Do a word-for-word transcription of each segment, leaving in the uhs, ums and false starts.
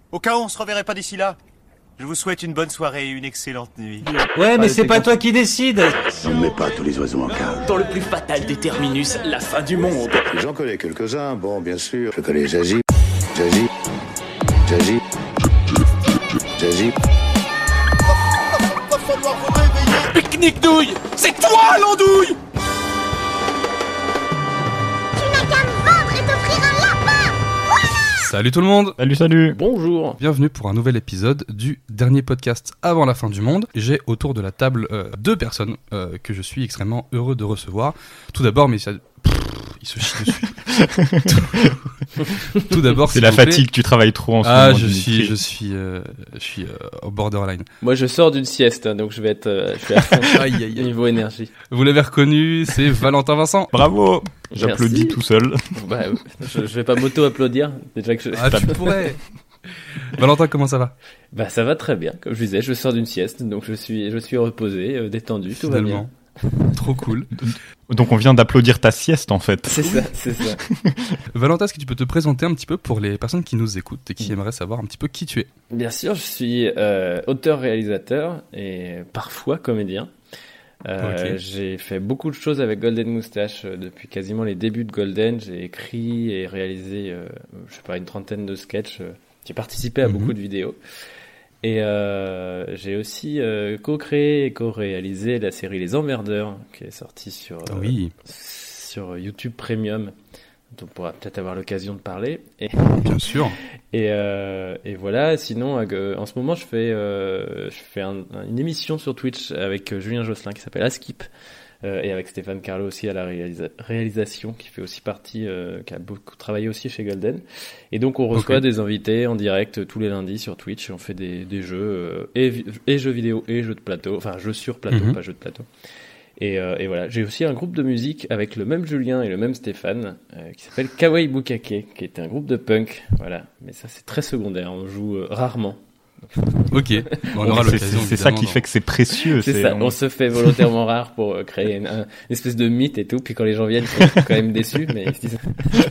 Au cas où on se reverrait pas d'ici là, je vous souhaite une bonne soirée et une excellente nuit. Ouais, mais c'est pas toi qui décide. On ne met pas tous les oiseaux en cage. Dans le plus fatal des terminus, la fin du monde. J'en connais quelques-uns, bon, bien sûr. Je connais Jaji, Jaji, Jaji, Jaji. Va falloir vous réveiller. Pique-nique douille, c'est toi l'andouille. Salut tout le monde. Salut, salut. Bonjour. Bienvenue pour un nouvel épisode du dernier podcast avant la fin du monde. J'ai autour de la table euh, deux personnes euh, que je suis extrêmement heureux de recevoir. Tout d'abord, mais ça... Pff, il se chie dessus. tout... Tout d'abord, c'est la fatigue. Plaît. Tu travailles trop en ce ah, moment. Je suis, je suis, euh, je suis euh, au borderline. Moi, je sors d'une sieste, hein, donc je vais être, euh, je suis à fond. Aïe, aïe, aïe. Niveau énergie. Vous l'avez reconnu, c'est Valentin Vincent. Bravo. J'applaudis tout seul. Bah, je, je vais pas m'auto-applaudir. Déjà que je... Ah, tu pourrais. Valentin, comment ça va? Bah, ça va très bien. Comme je disais, je sors d'une sieste, donc je suis, je suis reposé, euh, détendu, tout va bien. Trop cool. Donc on vient d'applaudir ta sieste en fait. C'est ça, c'est ça. Valentin, est-ce que tu peux te présenter un petit peu pour les personnes qui nous écoutent et qui aimeraient savoir un petit peu qui tu es? Bien sûr, je suis euh, auteur-réalisateur et parfois comédien. Euh, okay. J'ai fait beaucoup de choses avec Golden Moustache euh, depuis quasiment les débuts de Golden. J'ai écrit et réalisé, euh, je sais pas, une trentaine de sketchs. Euh, j'ai participé à mm-hmm. beaucoup de vidéos. Et euh, j'ai aussi euh, co-créé et co-réalisé la série Les Emmerdeurs, qui est sortie sur, euh, oui. sur YouTube Premium, dont on pourra peut-être avoir l'occasion de parler. Et bien sûr. Et, euh, et voilà, sinon, euh, en ce moment, je fais, euh, je fais un, une émission sur Twitch avec euh, Julien Josselin qui s'appelle Askip. Euh, et avec Stéphane Carlo aussi à la réalisa- réalisation, qui fait aussi partie, euh, qui a beaucoup travaillé aussi chez Golden. Et donc on reçoit okay. des invités en direct tous les lundis sur Twitch et on fait des, des jeux, euh, et, et jeux vidéo et jeux de plateau, enfin jeux sur plateau, mm-hmm. pas jeux de plateau. Et, euh, et voilà, j'ai aussi un groupe de musique avec le même Julien et le même Stéphane, euh, qui s'appelle Kawaii Bukake, qui est un groupe de punk, voilà. Mais ça c'est très secondaire, on joue euh, rarement. Ok, bon, on aura c'est, l'occasion. C'est ça qui dans... fait que c'est précieux. C'est, c'est ça, on... on se fait volontairement rare pour euh, créer une, un, une espèce de mythe et tout, puis quand les gens viennent, ils sont quand même déçus, mais ils se disent...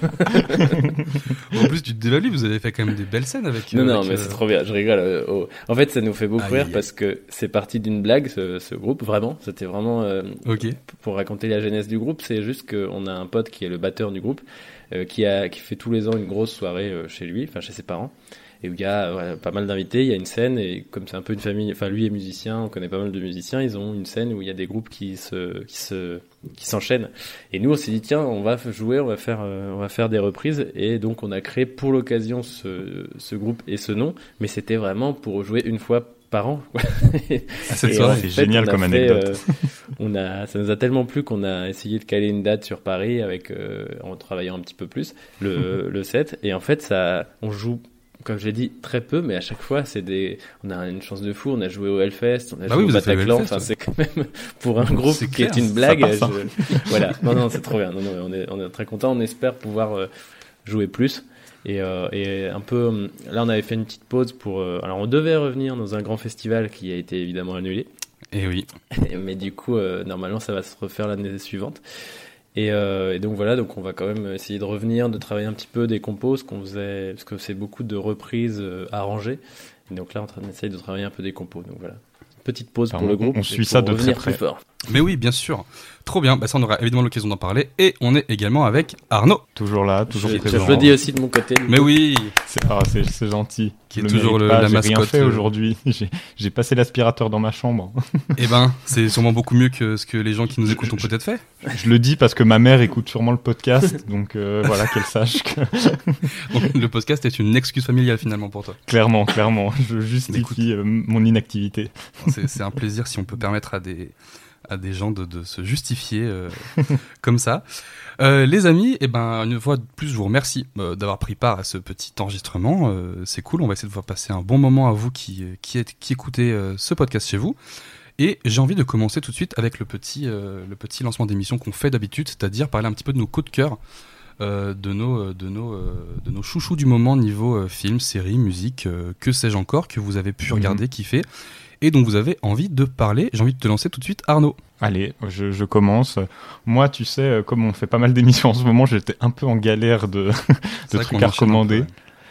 En plus, tu te dévalues, vous avez fait quand même des belles scènes avec... Non, euh, non, avec, mais euh... c'est trop bien, je rigole. Euh, oh. En fait, ça nous fait beaucoup ah, rire parce que c'est parti d'une blague, ce, ce groupe, vraiment. C'était vraiment... Euh, okay. Pour raconter la genèse du groupe, c'est juste qu'on a un pote qui est le batteur du groupe, euh, qui, a, qui fait tous les ans une grosse soirée euh, chez lui, enfin chez ses parents. Et où il y a ouais, pas mal d'invités, il y a une scène, et comme c'est un peu une famille, enfin lui est musicien, on connaît pas mal de musiciens, ils ont une scène où il y a des groupes qui se, qui se, qui s'enchaînent. Et nous on s'est dit tiens, on va jouer, on va faire, euh, on va faire des reprises, et donc on a créé pour l'occasion ce, ce groupe et ce nom, mais c'était vraiment pour jouer une fois par an. Ah, cette soirée, c'est fait, génial comme fait, anecdote. Euh, on a, ça nous a tellement plu qu'on a essayé de caler une date sur Paris avec, euh, en travaillant un petit peu plus le, le set, et en fait ça, on joue. Comme je l'ai dit, très peu, mais à chaque fois, c'est des, on a une chance de fou, on a joué au Hellfest, on a bah joué oui, au Bataclan, au enfin, ouais. c'est quand même, pour un groupe c'est qui clair, est une blague, je... voilà. Non, non, c'est trop bien. Non, non, on est, on est très content, on espère pouvoir euh, jouer plus. Et, euh, et un peu, là, on avait fait une petite pause pour, euh, alors on devait revenir dans un grand festival qui a été évidemment annulé. Et oui. Mais du coup, euh, normalement, ça va se refaire l'année suivante. Et, euh, et donc voilà, donc on va quand même essayer de revenir, de travailler un petit peu des compos, ce qu'on faisait, parce que c'est beaucoup de reprises euh, arrangées. Et donc là, on essaye de travailler un peu des compos. Donc voilà, petite pause Alors pour on, le groupe. On suit ça de très près. Plus fort. Mais oui, bien sûr. Trop bien. Bah ça, on aura évidemment l'occasion d'en parler. Et on est également avec Arnaud. Toujours là, toujours je, présent. Je le dis aussi de mon côté. Mais oui. C'est, ah, c'est, c'est gentil. Qui est le toujours le, pas, la j'ai mascotte. J'ai rien fait aujourd'hui. J'ai, j'ai passé l'aspirateur dans ma chambre. Eh ben, c'est sûrement beaucoup mieux que ce que les gens qui nous écoutent ont peut-être fait. Je le dis parce que ma mère écoute sûrement le podcast. Donc euh, voilà, qu'elle sache que... Donc, le podcast est une excuse familiale finalement pour toi. Clairement, clairement. Je justifie écoute, euh, mon inactivité. C'est, c'est un plaisir si on peut permettre à des... à des gens de, de se justifier euh, comme ça. Euh, les amis, eh ben, une fois de plus, je vous remercie euh, d'avoir pris part à ce petit enregistrement. Euh, c'est cool, on va essayer de vous passer un bon moment à vous qui, qui, êtes, qui écoutez euh, ce podcast chez vous. Et j'ai envie de commencer tout de suite avec le petit, euh, le petit lancement d'émission qu'on fait d'habitude, c'est-à-dire parler un petit peu de nos coups de cœur, euh, de, nos, de, nos, euh, de nos chouchous du moment niveau euh, film, série, musique, euh, que sais-je encore, que vous avez pu mmh. regarder, kiffer, et dont vous avez envie de parler. J'ai envie de te lancer tout de suite, Arnaud. Allez, je, je commence. Moi, tu sais, comme on fait pas mal d'émissions en ce moment, j'étais un peu en galère de, de trucs à recommander.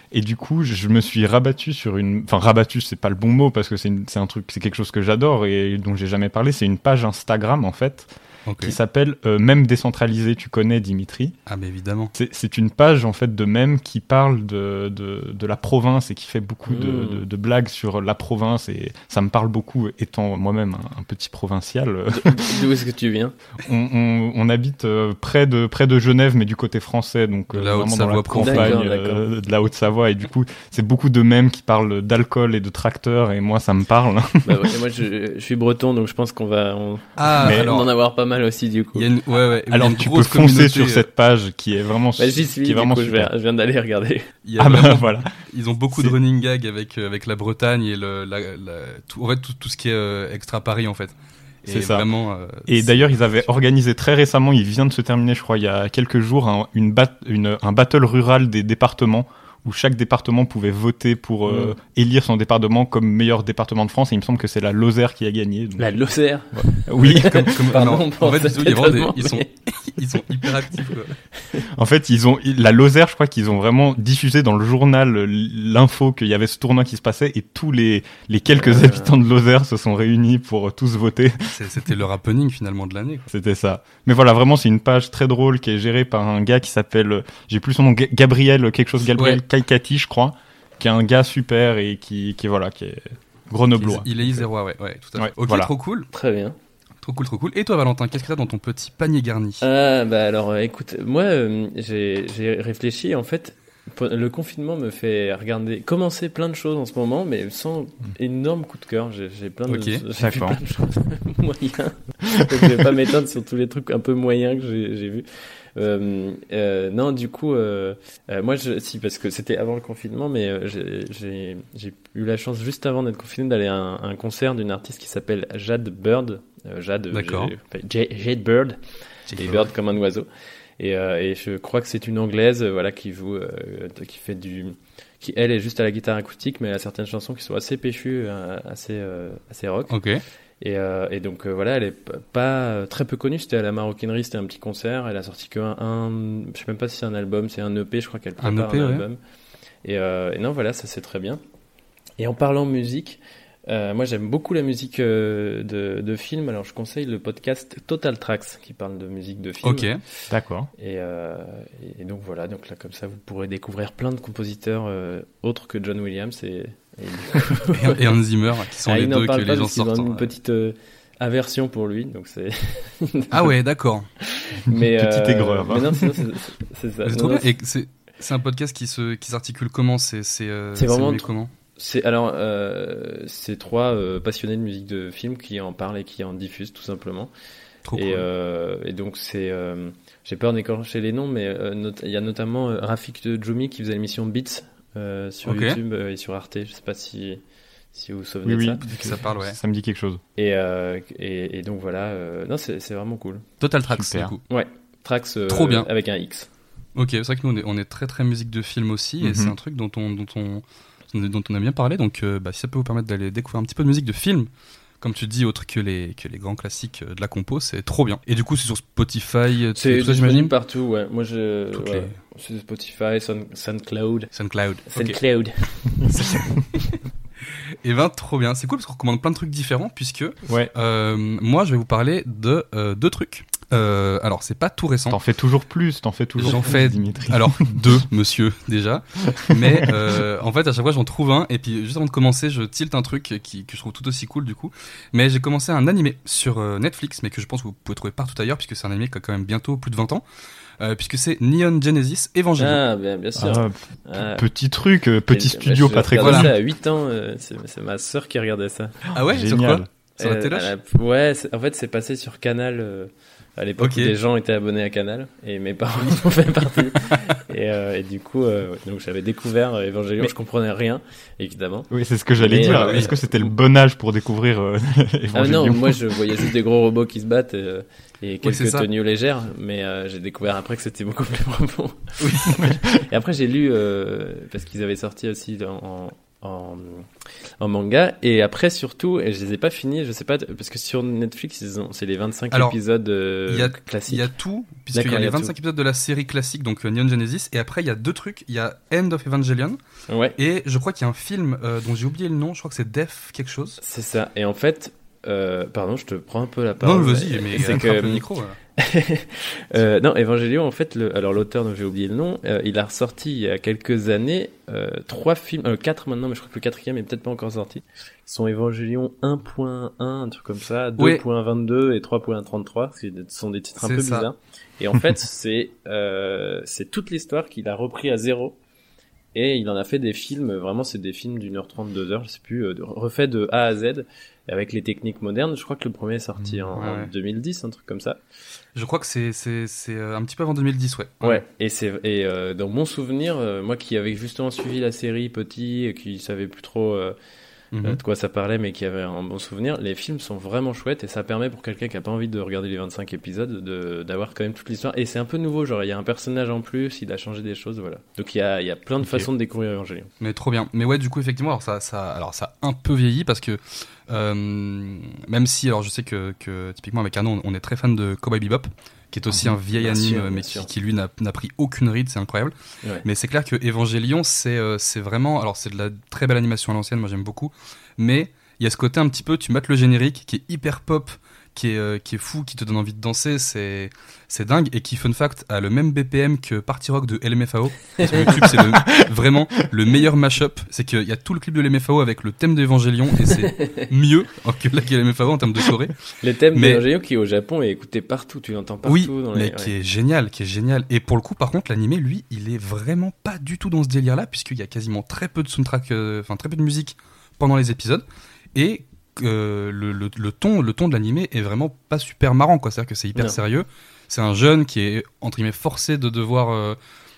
Et du coup, je me suis rabattu sur une, enfin rabattu, c'est pas le bon mot parce que c'est, une... c'est un truc, c'est quelque chose que j'adore et dont j'ai jamais parlé. C'est une page Instagram en fait. Okay. Qui s'appelle euh, Mème décentralisé. Tu connais Dimitri? Ah mais évidemment. C'est, c'est une page en fait de mèmes qui parle de, de, de la province et qui fait beaucoup mmh. de, de, de blagues sur la province et ça me parle beaucoup étant moi-même un, un petit provincial. D'où est-ce que tu viens? on, on, on habite euh, près, de, près de Genève mais du côté français, donc euh, vraiment dans la campagne d'accord, d'accord. Euh, de la Haute-Savoie et du coup c'est beaucoup de mèmes qui parlent d'alcool et de tracteurs et moi ça me parle. Bah ouais, moi je, je suis breton donc je pense qu'on va on, ah, mais, alors... on en avoir pas mal aussi du coup. Il y a une... ouais, ouais, alors tu peux foncer sur cette page qui est vraiment bah, j'y suis, qui est vraiment coup, super. Je viens, je viens d'aller regarder. Il y a ah vraiment... bah voilà. Ils ont beaucoup c'est... de running gag avec avec la Bretagne et le la, la... tout en fait tout, tout ce qui est euh, extra Paris en fait. Et c'est ça. Vraiment, euh, et c'est... d'ailleurs, ils avaient organisé très récemment, il vient de se terminer, je crois, il y a quelques jours, un, une bat- une, un battle rural des départements où chaque département pouvait voter pour euh, mmh. élire son département comme meilleur département de France. Et il me semble que c'est la Lozère qui a gagné. Donc... La Lozère ouais. Oui. comme, comme, Pardon, non, en fait, ils, ils, des, ils, sont, ils sont hyper actifs. Quoi. En fait, ils ont la Lozère, je crois qu'ils ont vraiment diffusé dans le journal l'info qu'il y avait ce tournoi qui se passait et tous les, les quelques euh... habitants de Lozère se sont réunis pour tous voter. C'est, c'était leur happening finalement de l'année. Quoi. C'était ça. Mais voilà, vraiment, c'est une page très drôle qui est gérée par un gars qui s'appelle, j'ai plus son nom, Gabriel, quelque chose, Gabriel. Ouais. Caicati, je crois, qui est un gars super et qui, qui voilà, qui est grenoblois. Il est isérois, ouais, ouais, tout à fait. Ouais, ok, voilà. Trop cool. Très bien. Trop cool, trop cool. Et toi, Valentin, qu'est-ce que t'as dans ton petit panier garni? Ah, bah alors, euh, écoute, moi, euh, j'ai, j'ai réfléchi, en fait, le confinement me fait regarder, commencer plein de choses en ce moment, mais sans mmh. énorme coup de cœur. J'ai, j'ai plein de, okay. j'ai vu plein de choses moyennes. Donc, je vais pas m'étendre sur tous les trucs un peu moyens que j'ai, j'ai vus. Euh, euh, non, du coup, euh, euh, moi, je, si, parce que c'était avant le confinement, mais euh, j'ai, j'ai, j'ai eu la chance juste avant d'être confiné d'aller à un, un concert d'une artiste qui s'appelle Jade Bird. Euh, Jade, D'accord. Jade, Jade Bird. Jade et Bird comme un oiseau. Et, euh, et je crois que c'est une anglaise, euh, voilà, qui joue, euh, qui fait du, qui elle est juste à la guitare acoustique, mais elle a certaines chansons qui sont assez péchues, euh, assez, euh, assez rock. Ok. Et, euh, et donc euh, voilà, elle est p- pas euh, très peu connue. C'était à la Maroquinerie, c'était un petit concert. Elle a sorti que un, un je sais même pas si c'est un album, c'est un E P. Je crois qu'elle prépare un, E P, un album. Ouais. Et, euh, et non, voilà, ça c'est très bien. Et en parlant musique, euh, moi j'aime beaucoup la musique euh, de, de films. Alors je conseille le podcast Total Tracks qui parle de musique de film. Ok, d'accord. Et, euh, et donc voilà, donc là comme ça vous pourrez découvrir plein de compositeurs euh, autres que John Williams et et, et Hans Zimmer qui sont ah, les deux que les gens sortent. Ils ont une petite euh, aversion pour lui, donc c'est. Ah ouais, d'accord. Mais petite euh, aigreur. Hein. Mais non, sinon c'est, c'est ça. C'est non, trop non, bien. Et c'est c'est un podcast qui se qui s'articule comment? C'est c'est euh, c'est vraiment c'est comment? C'est alors euh, c'est trois euh, passionnés de musique de film qui en parlent et qui en diffusent tout simplement. Trop et, cool. euh, et donc c'est euh, j'ai peur d'écorcher les noms, mais il euh, not- y a notamment euh, Rafik Djoumi qui faisait l'émission Beats. Euh, sur okay. YouTube euh, et sur Arte, je sais pas si si vous vous souvenez oui, de oui, ça. Oui, ça parle, ouais. Ça me dit quelque chose. Et euh, et, et donc voilà, euh, non c'est c'est vraiment cool. Total Tracks, super. Du coup. Ouais, Tracks. Euh, Trop bien. Avec un X. Ok, c'est vrai que nous on est on est très très musique de film aussi, mm-hmm. et c'est un truc dont on dont on dont on a bien parlé. Donc euh, bah, si ça peut vous permettre d'aller découvrir un petit peu de musique de film. Comme tu dis, autre que les, que les grands classiques de la compo, c'est trop bien. Et du coup, c'est sur Spotify, c'est tout ça, disponible partout, ouais. Moi, je, Toutes ouais. les... C'est Spotify, Sun, SoundCloud. SoundCloud. SoundCloud. Okay. Et ben, trop bien. C'est cool parce qu'on recommande plein de trucs différents puisque, ouais. euh, moi, je vais vous parler de euh, deux trucs. Euh, alors, c'est pas tout récent. T'en fais toujours plus, t'en fais toujours j'en plus, fais, Dimitri. Alors, deux, monsieur, déjà. Mais, euh, en fait, à chaque fois, j'en trouve un. Et puis, juste avant de commencer, je tilte un truc qui, que je trouve tout aussi cool, du coup. Mais j'ai commencé un animé sur euh, Netflix, mais que je pense que vous pouvez trouver partout ailleurs, puisque c'est un animé qui a quand même bientôt plus de vingt ans. Euh, puisque c'est Neon Genesis Evangelion. Ah, bien, bien sûr. Ah, ah. Petit truc, euh, petit et, studio, bah, pas très connu. J'ai connu. ça à huit ans, euh, c'est, c'est ma sœur qui regardait ça. Ah ouais, génial. Sur quoi? Sur la euh, téloche la... Ouais, c'est... en fait, c'est passé sur Canal. Euh... À l'époque okay. où des gens étaient abonnés à Canal et mes parents en fait partie et, euh, et du coup euh, donc j'avais découvert euh, Evangelion, mais... je comprenais rien évidemment. Oui, c'est ce que j'allais mais, dire. Euh, Est-ce que c'était le bon âge pour découvrir euh, Evangelion? Ah non, moi je voyais juste des gros robots qui se battent euh, et quelques oui, tenues légères, mais euh, j'ai découvert après que c'était beaucoup plus profond. Oui. Et après j'ai lu euh, parce qu'ils avaient sorti aussi en, en en, en manga. Et après, surtout, et je les ai pas finis, je sais pas, parce que sur Netflix, ils ont, c'est les vingt-cinq Alors, épisodes euh, il y a, classiques. Il y a tout, puisqu'il y D'accord, a il y les a vingt-cinq tout. épisodes de la série classique, donc euh, Neon Genesis, et après il y a deux trucs, il y a End of Evangelion, Ouais, et je crois qu'il y a un film euh, dont j'ai oublié le nom, je crois que c'est Def quelque chose. c'est ça. Et en fait, euh, pardon, je te prends un peu la parole. Non, vas-y, mais c'est attrape que le micro. Voilà. euh, non, Evangelion, en fait, le, alors l'auteur dont j'ai oublié le nom, euh, il a ressorti il y a quelques années euh, trois films, euh, quatre maintenant, mais je crois que le quatrième est peut-être pas encore sorti. Ils sont Evangelion un point un, un truc comme ça, Oui. deux point vingt-deux et trois point trente-trois, ce sont des titres un C'est peu ça. bizarres. Et en fait, c'est euh, c'est toute l'histoire qu'il a repris à zéro. Et il en a fait des films, vraiment c'est des films d'une heure trente, deux heures, je sais plus, euh, de- refait de A à Z avec les techniques modernes. Je crois que le premier est sorti en, Ouais, en ouais. deux mille dix, un truc comme ça. Je crois que c'est, c'est, c'est euh, un petit peu avant deux mille dix, ouais. Ouais, et c'est et euh, dans mon souvenir, euh, moi qui avais justement suivi la série petit et qui savait plus trop euh, Mhm. euh, de quoi ça parlait, mais qui avait un bon souvenir, les films sont vraiment chouettes et ça permet pour quelqu'un qui a pas envie de regarder les vingt-cinq épisodes de d'avoir quand même toute l'histoire. Et c'est un peu nouveau, genre il y a un personnage en plus, il a changé des choses, voilà. Donc il y a il y a plein de Ok. façons de découvrir Evangelion. Mais trop bien. Mais ouais, du coup, effectivement, alors ça, ça, alors ça a un peu vieilli parce que euh, même si, alors je sais que, que typiquement avec Arnaud, on est très fan de Cowboy Bebop, qui est aussi un vieil Bien anime, sûr, mais bien qui, sûr. qui lui n'a, n'a pris aucune ride, c'est incroyable. Ouais. Mais c'est clair que Evangelion, c'est, euh, c'est vraiment, alors c'est de la très belle animation à l'ancienne, moi j'aime beaucoup, mais il y a ce côté un petit peu, tu mates le générique qui est hyper pop, qui est, euh, qui est fou, qui te donne envie de danser, c'est, c'est dingue, et qui, fun fact, a le même B P M que Party Rock de L M F A O. Sur YouTube, c'est le, vraiment le meilleur mashup, c'est qu'il y a tout le clip de L M F A O avec le thème d'Evangelion, et c'est mieux que la L M F A O en termes de choré. Les thèmes Mais- d'Evangelion qui au Japon est écouté partout, tu l'entends partout Oui, dans les mais qui est génial, qui est génial. Et pour le coup, par contre, l'animé, lui, il est vraiment pas du tout dans ce délire-là, puisqu'il y a quasiment très peu de soundtrack, euh, enfin très peu de musique pendant les épisodes, et euh, le, le, le ton, le ton de l'animé est vraiment pas super marrant, quoi. C'est-à-dire que c'est hyper Non. sérieux. C'est un jeune qui est entre guillemets forcé de devoir euh,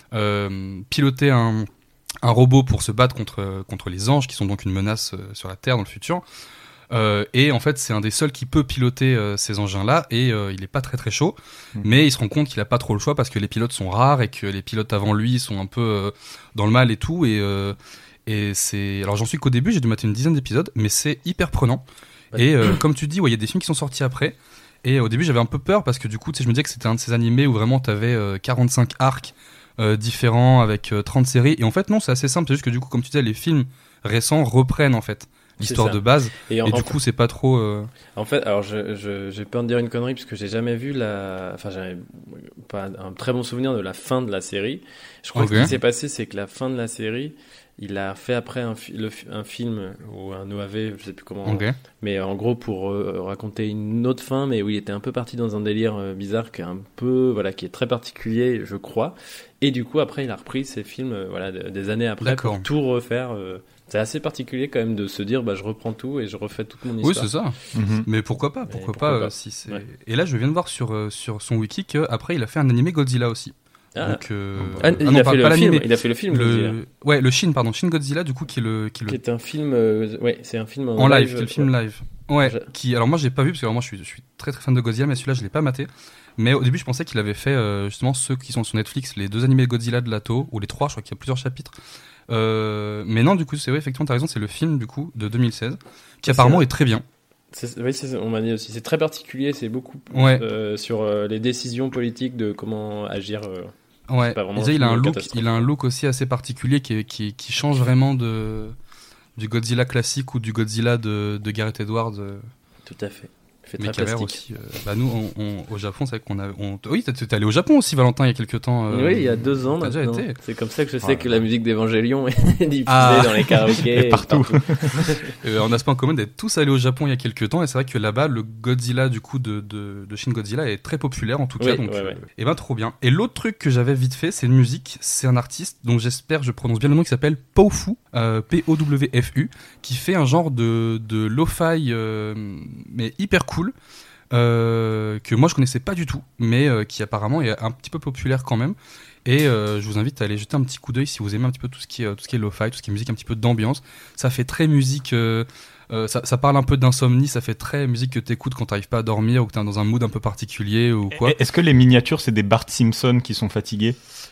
euh, piloter un, un robot pour se battre contre contre les anges, qui sont donc une menace euh, sur la Terre dans le futur. Euh, et en fait, c'est un des seuls qui peut piloter euh, ces engins-là, et euh, il est pas très très chaud, Mhm. mais il se rend compte qu'il a pas trop le choix parce que les pilotes sont rares et que les pilotes avant lui sont un peu euh, dans le mal et tout. Et, euh, et c'est, alors j'en suis qu'au début, j'ai dû mater une dizaine d'épisodes, mais c'est hyper prenant. Ouais. Et euh, comme tu dis, ouais, il y a des films qui sont sortis après. Et au début, j'avais un peu peur parce que du coup, tu sais, je me disais que c'était un de ces animés où vraiment t'avais euh, quarante-cinq arcs euh, différents avec euh, trente séries. Et en fait, non, c'est assez simple. C'est juste que du coup, comme tu disais, les films récents reprennent en fait l'histoire ça. de base. Et, en, Et en du coup, c'est pas trop. euh, En fait, alors je, je, j'ai peur de dire une connerie parce que j'ai jamais vu la, enfin j'avais pas un très bon souvenir de la fin de la série. Je crois Ok. que ce qui s'est passé, c'est que la fin de la série, il a fait après un, fi- le, fi- un film ou un O A V, je sais plus comment, Ok. mais en gros pour euh, raconter une autre fin, mais où il était un peu parti dans un délire euh, bizarre qui est un peu, voilà, qui est très particulier, je crois. Et du coup après, il a repris ses films, euh, voilà, de- des années après D'accord. pour tout refaire. euh, c'est assez particulier quand même de se dire, bah je reprends tout et je refais toute mon Oui, histoire. c'est ça. Mhm. Mais pourquoi pas, pourquoi, pourquoi pas, pas. euh, si c'est. Ouais. Et là, je viens de voir sur euh, sur son wiki que après, il a fait un animé Godzilla aussi. Ah. Donc, euh, Ah, ah il, non, a pas- fait pas le film, l'animé. il a fait le film Godzilla, Le... Ouais, le Shin, pardon, Shin Godzilla, du coup, qui est le qui est qui le est un film, euh, ouais, c'est un film en, en live, live, qui est le film ouais. live. Ouais. Je- Qui, alors moi, j'ai pas vu parce que alors, moi, je suis je suis très très fan de Godzilla, mais celui-là, je l'ai pas maté. Mais au début, je pensais qu'il avait fait euh, justement ceux qui sont sur Netflix, les deux animés Godzilla de Lato, ou les trois, je crois qu'il y a plusieurs chapitres. Euh, mais non, du coup, c'est vrai, effectivement, t'as raison, c'est le film du coup de deux mille seize, qui C'est apparemment vrai. est très bien. C'est- Oui, c'est- on m'a dit aussi. C'est très particulier. C'est beaucoup Ouais. euh, sur euh, les décisions politiques de comment agir. euh. Ouais. pas vraiment Déjà, il a un un film look, catastrophe. il a un look aussi assez particulier qui, est- qui, qui change vraiment de du Godzilla classique ou du Godzilla de, de Gareth Edwards. euh, Tout à fait. Il fait Mais très qui a l'air plastique. aussi. euh, bah nous, on, on- au Japon, c'est vrai qu'on a. On, oui, t'es t'es allé au Japon aussi, Valentin, il y a quelques temps. euh, Oui, il y a deux ans t'as déjà maintenant. été. C'est comme ça que je sais Oh là que là. la musique d'Evangelion est diffusée Ah. dans les karaokés. Et partout. Euh, on a ce point en commun d'être tous allés au Japon il y a quelques temps, et c'est vrai que là-bas, le Godzilla du coup de, de, de Shin Godzilla est très populaire en tout cas. Oui, donc, ouais, ouais. et ben trop bien. Et l'autre truc que j'avais vite fait, c'est une musique. C'est un artiste dont j'espère je prononce bien le nom, qui s'appelle Powfu, euh, P O W F U, qui fait un genre de de lo-fi euh, mais hyper cool. Euh, que moi je connaissais pas du tout, mais euh, qui apparemment est un petit peu populaire quand même. Et euh, je vous invite à aller jeter un petit coup d'œil si vous aimez un petit peu tout ce qui est euh, tout ce qui est lo-fi, tout ce qui est musique un petit peu d'ambiance. Ça fait très musique, euh, euh, ça, ça parle un peu d'insomnie, ça fait très musique que t'écoutes quand t'arrives pas à dormir ou que t'es dans un mood un peu particulier ou quoi. Est-ce que les miniatures, c'est des Bart Simpson qui sont fatigués?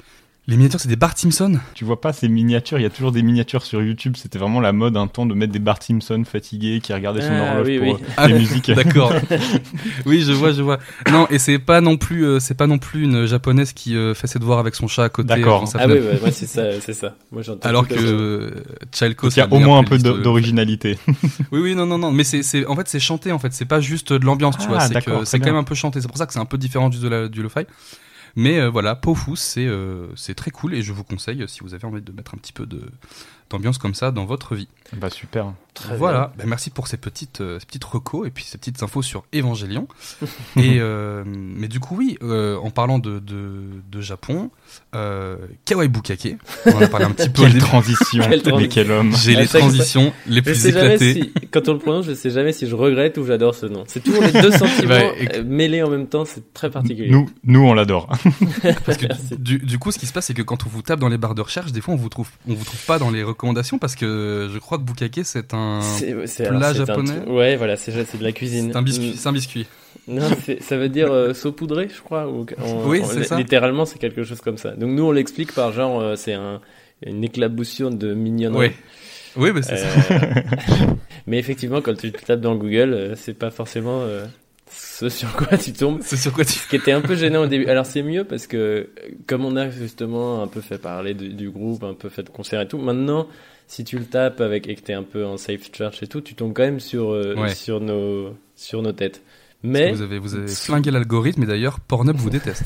Les miniatures, c'est des Bart Simpson. Tu vois pas ces miniatures, il y a toujours des miniatures sur YouTube, c'était vraiment la mode un temps de mettre des Bart Simpson fatigués qui regardaient son Ah, horloge oui, pour oui. euh, Ah, les musiques. D'accord. Oui, je vois, je vois. Non, et c'est pas non plus, euh, c'est pas non plus une japonaise qui euh, fait ses devoirs avec son chat à côté. D'accord. euh, dans sa Ah oui, fenêtre. ouais, moi c'est ça, c'est ça. Moi j'entends Alors tout que à fait. euh, Chalco, Il y c'est a la au meilleure moins un peu playlist, d'o- euh, d'originalité. Oui, oui, non, non, non. Mais c'est, c'est, en fait, c'est chanté. En fait, c'est pas juste de l'ambiance, tu Ah, vois. C'est d'accord, que très c'est quand bien. même un peu chanté. C'est pour ça que c'est un peu différent du, de la, du lo-fi. Mais euh, voilà, Pofu, c'est, euh, c'est très cool et je vous conseille euh, si vous avez envie de mettre un petit peu de d'ambiance comme ça dans votre vie. Bah super. Très Voilà. Ben, merci pour ces petites, euh, ces petites recos et puis ces petites infos sur Évangélion. et euh, mais du coup, oui, euh, en parlant de de, de Japon, euh, Kawaii Bukake, on en a parlé un petit peu. au Quelle début. transition, Quelle mais transition. quel homme. J'ai À les chaque fois- transitions les Je plus sais jamais éclatées. si, quand on le prononce, je sais jamais si je regrette ou j'adore ce nom. C'est toujours les deux sentiments Bah, éc- euh, mêlés en même temps, c'est très particulier. Nous, nous on l'adore. Parce que Merci. du, du coup, ce qui se passe, c'est que quand on vous tape dans les barres de recherche, des fois, on vous trouve, on vous trouve pas dans les recommandations parce que je crois que Bukake, c'est un, C'est, c'est, plat alors, c'est un japonais. truc- ouais, voilà, c'est, c'est de la cuisine. c'est un biscuit. Mm. C'est un biscuit. Non, c'est- ça veut dire euh, saupoudré, je crois. Ou, en- Oui, en- c'est ça. Littéralement, c'est quelque chose comme ça. Donc nous, on l'explique par genre, euh, c'est un, une éclaboussure de mignonnerie. Oui. Oui, mais c'est ça. Euh, mais effectivement, quand tu tapes dans Google, euh, c'est pas forcément euh, ce sur quoi tu tombes. C'est sur quoi tu. Ce qui était un peu gênant au début. Alors c'est mieux parce que euh, comme on a justement un peu fait parler du, du groupe, un peu fait de concert et tout, maintenant si tu le tapes avec et que t'es un peu en safe search et tout, tu tombes quand même sur euh, Ouais. sur nos sur nos têtes. Parce Mais que Vous avez, vous avez flingué l'algorithme et d'ailleurs, Pornhub vous déteste.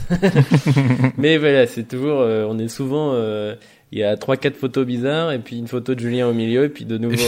mais voilà, c'est toujours euh, on est souvent euh, il y a trois quatre photos bizarres et puis une photo de Julien au milieu et puis de nouveau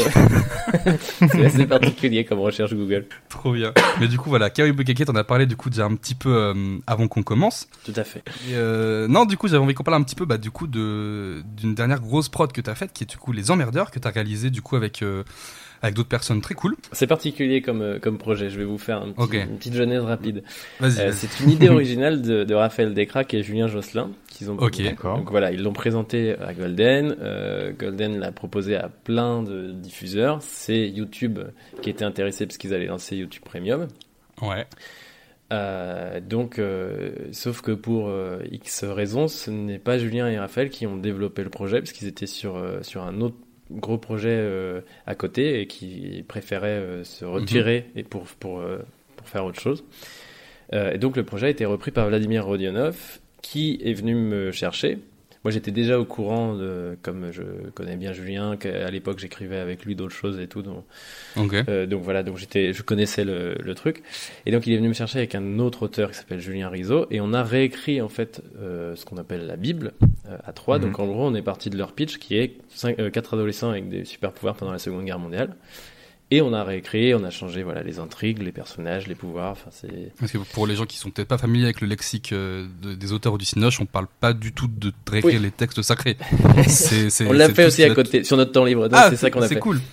c'est assez particulier comme recherche Google. Trop bien. Mais du coup, voilà, Kawaii Bukake, t'en as parlé du coup déjà un petit peu euh, avant qu'on commence. Tout à fait. Et, euh, non, du coup, j'avais envie qu'on parle un petit peu, bah, du coup, de d'une dernière grosse prod que t'as faite, qui est du coup Les Emmerdeurs, que t'as réalisé du coup avec euh, avec d'autres personnes très cool. C'est particulier comme euh, comme projet. Je vais vous faire un petit- Ok. une petite genèse rapide. Vas-y. Euh, vas-y. c'est une idée originale de, de Raphaël Descraques et Julien Josselin qu'ils ont. Ok. D'accord. Donc voilà, ils l'ont présenté à Golden. Euh, Golden l'a proposé à plein de diffuseurs. C'est YouTube qui était intéressé parce qu'ils allaient lancer YouTube Premium. Ouais. Euh, donc, euh, sauf que pour euh, X raisons, ce n'est pas Julien et Raphaël qui ont développé le projet parce qu'ils étaient sur euh, sur un autre gros projet euh, à côté et qui préféraient euh, se retirer et pour pour euh, pour faire autre chose. Euh, et donc le projet a été repris par Vladimir Rodionov qui est venu me chercher. Moi j'étais déjà au courant de, comme je connais bien Julien, qu'à l'époque j'écrivais avec lui d'autres choses et tout, donc, Ok. euh, donc voilà, donc j'étais, je connaissais le, le truc. Et donc il est venu me chercher avec un autre auteur qui s'appelle Julien Rizzo et on a réécrit en fait euh, ce qu'on appelle la Bible euh, à trois. Mhm. Donc en gros on est parti de leur pitch qui est cinq, euh, quatre adolescents avec des super pouvoirs pendant la Seconde Guerre mondiale. Et on a réécrit, on a changé voilà les intrigues, les personnages, les pouvoirs. Enfin c'est Parce que pour les gens qui sont peut-être pas familiers avec le lexique euh, de- des auteurs du Cinoche, on parle pas du tout de réécrire Oui. les textes sacrés. C'est, c'est, on l'a c'est fait tout- aussi à c'est- côté sur notre temps libre. Donc Ah, c'est ça qu'on a c'est fait. cool.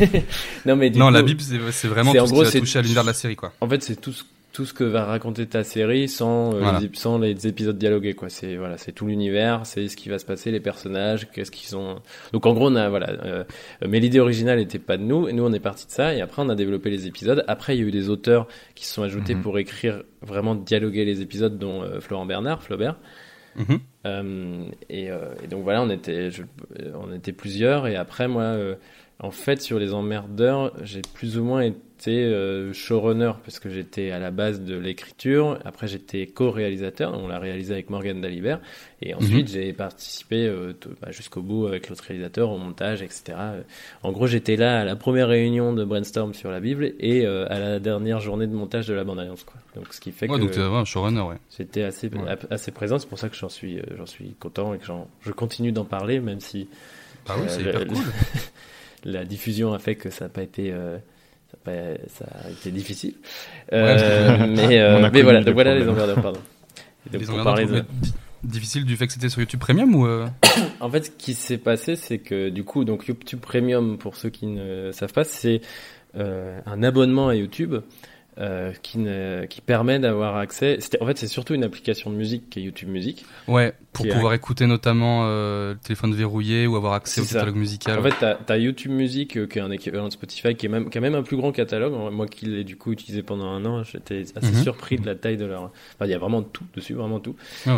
Non mais du Non, coup, la Bible, c'est, c'est vraiment c'est tout en ce gros, qui va c'est- toucher à l'univers de la série, quoi. En fait, c'est tout ce, tout ce que va raconter ta série sans, euh, Voilà. les, ép- sans les épisodes dialogués, quoi. C'est, voilà, c'est tout l'univers, c'est ce qui va se passer, les personnages, qu'est-ce qu'ils ont. Donc, en gros, on a, voilà, euh, mais l'idée originale était pas de nous, et nous, on est parti de ça, et après, on a développé les épisodes. Après, il y a eu des auteurs qui se sont ajoutés Mhm. pour écrire, vraiment dialoguer les épisodes, dont euh, Florent Bernard, Flaubert. Mhm. Euh, et, euh, et donc voilà, on était, je- euh, on était plusieurs. Et après, moi, euh, en fait, sur les emmerdeurs, j'ai plus ou moins été euh, showrunner parce que j'étais à la base de l'écriture. Après, j'étais co-réalisateur. On l'a réalisé avec Morgane Dalibert. Et ensuite, j'ai participé euh, t- bah, jusqu'au bout avec l'autre réalisateur au montage, et cetera. En gros, j'étais là à la première réunion de brainstorm sur la Bible et euh, à la dernière journée de montage de la bande-annonce, quoi. Donc, ce qui fait Ouais, que donc t'es vraiment un showrunner, ouais. j'étais assez, Ouais. assez présent, c'est pour ça que j'en suis, euh, j'en suis content et que j'en, je continue d'en parler, même si Bah oui, euh, c'est le- hyper cool. la diffusion a fait que ça n'a pas été, euh, ça a, pas- ça a été difficile. Ouais, Euh, mais euh, On a mais connu voilà, le donc voilà les problème. emmerdeurs, pardon. Et donc, Les pour emmerdeurs, parler tu de... trouvais di- difficile du fait que c'était sur YouTube Premium ou euh... En fait, ce qui s'est passé, c'est que du coup, donc YouTube Premium, pour ceux qui ne savent pas, c'est euh, un abonnement à YouTube. Euh, qui, ne, qui permet d'avoir accès. C'était, en fait, c'est surtout une application de musique qui est YouTube Music. Ouais, pour Qui a- pouvoir écouter notamment euh, le téléphone verrouillé ou avoir accès C'est au ça. catalogue musical. En fait, t'as, t'as YouTube Music euh, qui est un équivalent de Spotify, qui, est même, qui a même un plus grand catalogue. Moi qui l'ai du coup utilisé pendant un an, j'étais assez Mhm. surpris de la taille de leur. Enfin, il y a vraiment tout dessus, vraiment tout. Ah ouais.